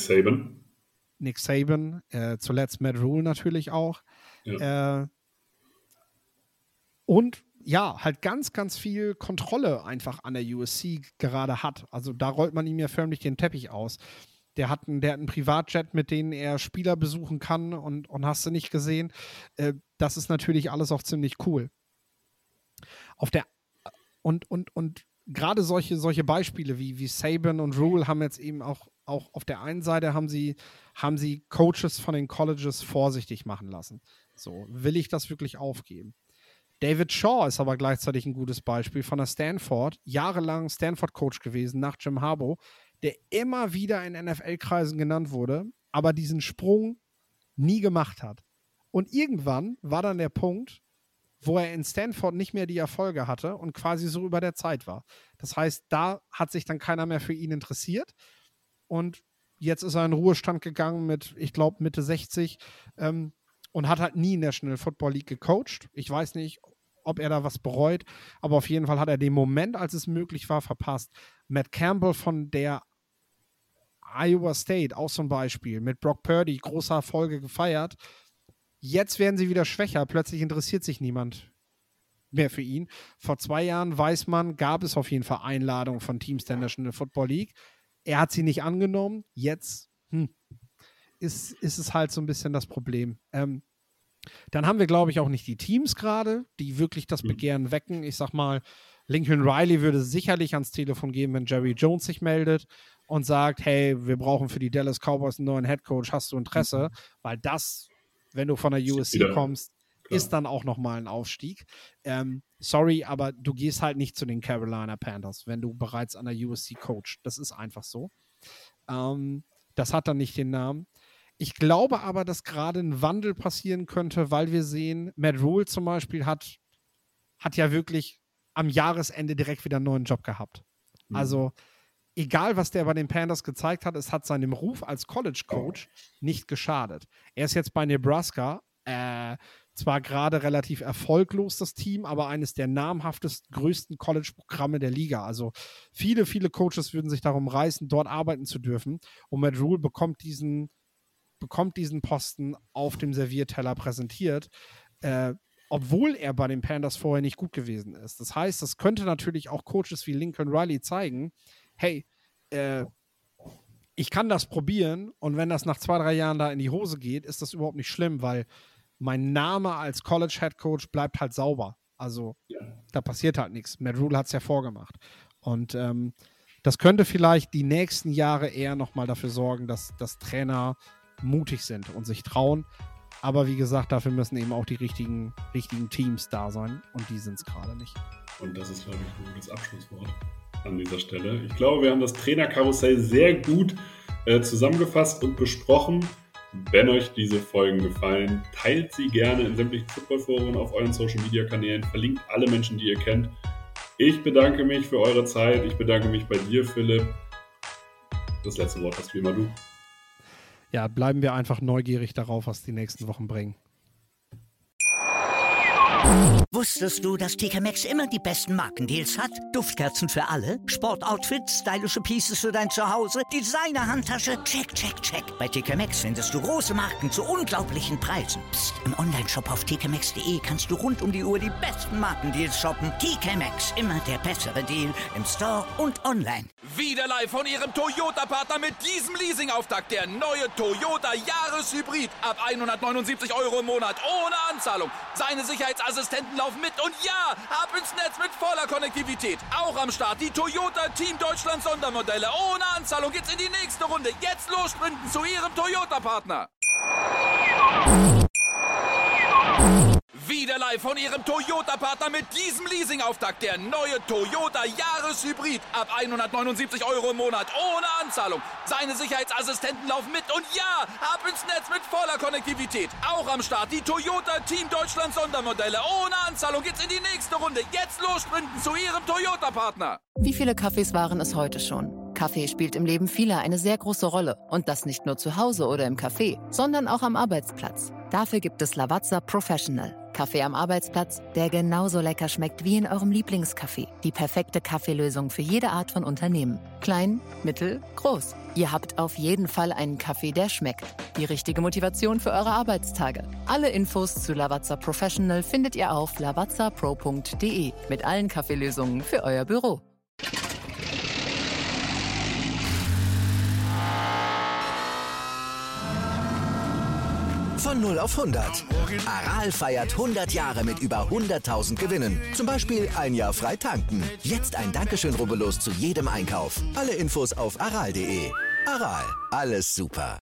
Saban, zuletzt Matt Rule natürlich auch. Ja. Und halt ganz, ganz viel Kontrolle einfach an der USC gerade hat. Also da rollt man ihm ja förmlich den Teppich aus. Der hat einen Privatjet, mit dem er Spieler besuchen kann und hast du nicht gesehen. Das ist natürlich alles auch ziemlich cool. Und gerade solche Beispiele wie Saban und Rule haben jetzt eben auch auf der einen Seite haben sie Coaches von den Colleges vorsichtig machen lassen. So, will ich das wirklich aufgeben? David Shaw ist aber gleichzeitig ein gutes Beispiel von der Stanford, jahrelang Stanford-Coach gewesen nach Jim Harbaugh, der immer wieder in NFL-Kreisen genannt wurde, aber diesen Sprung nie gemacht hat. Und irgendwann war dann der Punkt, wo er in Stanford nicht mehr die Erfolge hatte und quasi so über der Zeit war. Das heißt, da hat sich dann keiner mehr für ihn interessiert und jetzt ist er in Ruhestand gegangen mit, ich glaube, Mitte 60 und hat halt nie National Football League gecoacht. Ich weiß nicht, ob er da was bereut, aber auf jeden Fall hat er den Moment, als es möglich war, verpasst. Matt Campbell von der Iowa State, auch so ein Beispiel, mit Brock Purdy, große Erfolge gefeiert. Jetzt werden sie wieder schwächer, plötzlich interessiert sich niemand mehr für ihn. Vor 2 Jahren, weiß man, gab es auf jeden Fall Einladungen von Teams der National Football League. Er hat sie nicht angenommen. Jetzt ist es halt so ein bisschen das Problem. Dann haben wir, glaube ich, auch nicht die Teams gerade, die wirklich das Begehren wecken. Ich sag mal, Lincoln Riley würde sicherlich ans Telefon gehen, wenn Jerry Jones sich meldet und sagt, hey, wir brauchen für die Dallas Cowboys einen neuen Headcoach, hast du Interesse? Weil das, wenn du von der USC kommst, ist dann auch nochmal ein Aufstieg. Sorry, aber du gehst halt nicht zu den Carolina Panthers, wenn du bereits an der USC coachst. Das ist einfach so. Das hat dann nicht den Namen. Ich glaube aber, dass gerade ein Wandel passieren könnte, weil wir sehen, Matt Rhule zum Beispiel hat ja wirklich am Jahresende direkt wieder einen neuen Job gehabt. Also egal, was der bei den Panthers gezeigt hat, es hat seinem Ruf als College-Coach nicht geschadet. Er ist jetzt bei Nebraska, zwar gerade relativ erfolglos, das Team, aber eines der namhaftesten, größten College-Programme der Liga. Also viele, viele Coaches würden sich darum reißen, dort arbeiten zu dürfen. Und Matt Rhule bekommt diesen Posten auf dem Servierteller präsentiert, obwohl er bei den Panthers vorher nicht gut gewesen ist. Das heißt, das könnte natürlich auch Coaches wie Lincoln Riley zeigen, hey, ich kann das probieren und wenn das nach 2-3 Jahren da in die Hose geht, ist das überhaupt nicht schlimm, weil mein Name als College-Head-Coach bleibt halt sauber. Also da passiert halt nichts. Matt Rhule hat es ja vorgemacht. Und das könnte vielleicht die nächsten Jahre eher nochmal dafür sorgen, dass Trainer mutig sind und sich trauen. Aber wie gesagt, dafür müssen eben auch die richtigen Teams da sein. Und die sind es gerade nicht. Und das ist, glaube ich, ein gutes Abschlusswort an dieser Stelle. Ich glaube, wir haben das Trainerkarussell sehr gut zusammengefasst und besprochen. Wenn euch diese Folgen gefallen, teilt sie gerne in sämtlichen Footballforen auf euren Social-Media-Kanälen. Verlinkt alle Menschen, die ihr kennt. Ich bedanke mich für eure Zeit. Ich bedanke mich bei dir, Philipp. Das letzte Wort hast wie immer du. Ja, bleiben wir einfach neugierig darauf, was die nächsten Wochen bringen. Wusstest du, dass TK Maxx immer die besten Markendeals hat? Duftkerzen für alle, Sportoutfits, stylische Pieces für dein Zuhause, Designer-Handtasche, check, check, check. Bei TK Maxx findest du große Marken zu unglaublichen Preisen. Psst. Im Onlineshop auf tkmaxx.de kannst du rund um die Uhr die besten Markendeals shoppen. TK Maxx, immer der bessere Deal im Store und online. Wieder live von Ihrem Toyota-Partner mit diesem Leasing-Auftakt. Der neue Toyota Jahreshybrid. Ab 179 € im Monat ohne Anzahlung. Seine Sicherheitsassistenten laufen mit und ja, ab ins Netz mit voller Konnektivität. Auch am Start die Toyota Team Deutschland Sondermodelle. Ohne Anzahlung geht's in die nächste Runde. Jetzt los sprinten zu Ihrem Toyota-Partner. Wieder live von Ihrem Toyota-Partner mit diesem Leasing-Auftakt. Der neue Toyota Jahreshybrid. Ab 179 € im Monat ohne Anzahlung. Seine Sicherheitsassistenten laufen mit und ja, ab ins Netz mit voller Konnektivität. Auch am Start die Toyota Team Deutschland Sondermodelle. Ohne Anzahlung geht's in die nächste Runde. Jetzt los sprinten zu Ihrem Toyota-Partner. Wie viele Kaffees waren es heute schon? Kaffee spielt im Leben vieler eine sehr große Rolle. Und das nicht nur zu Hause oder im Café, sondern auch am Arbeitsplatz. Dafür gibt es Lavazza Professional. Kaffee am Arbeitsplatz, der genauso lecker schmeckt wie in eurem Lieblingscafé. Die perfekte Kaffeelösung für jede Art von Unternehmen. Klein, mittel, groß. Ihr habt auf jeden Fall einen Kaffee, der schmeckt. Die richtige Motivation für eure Arbeitstage. Alle Infos zu Lavazza Professional findet ihr auf lavazzapro.de mit allen Kaffeelösungen für euer Büro. Von 0 auf 100. Aral feiert 100 Jahre mit über 100.000 Gewinnen. Zum Beispiel ein Jahr frei tanken. Jetzt ein Dankeschön, rubbellos zu jedem Einkauf. Alle Infos auf aral.de. Aral, alles super.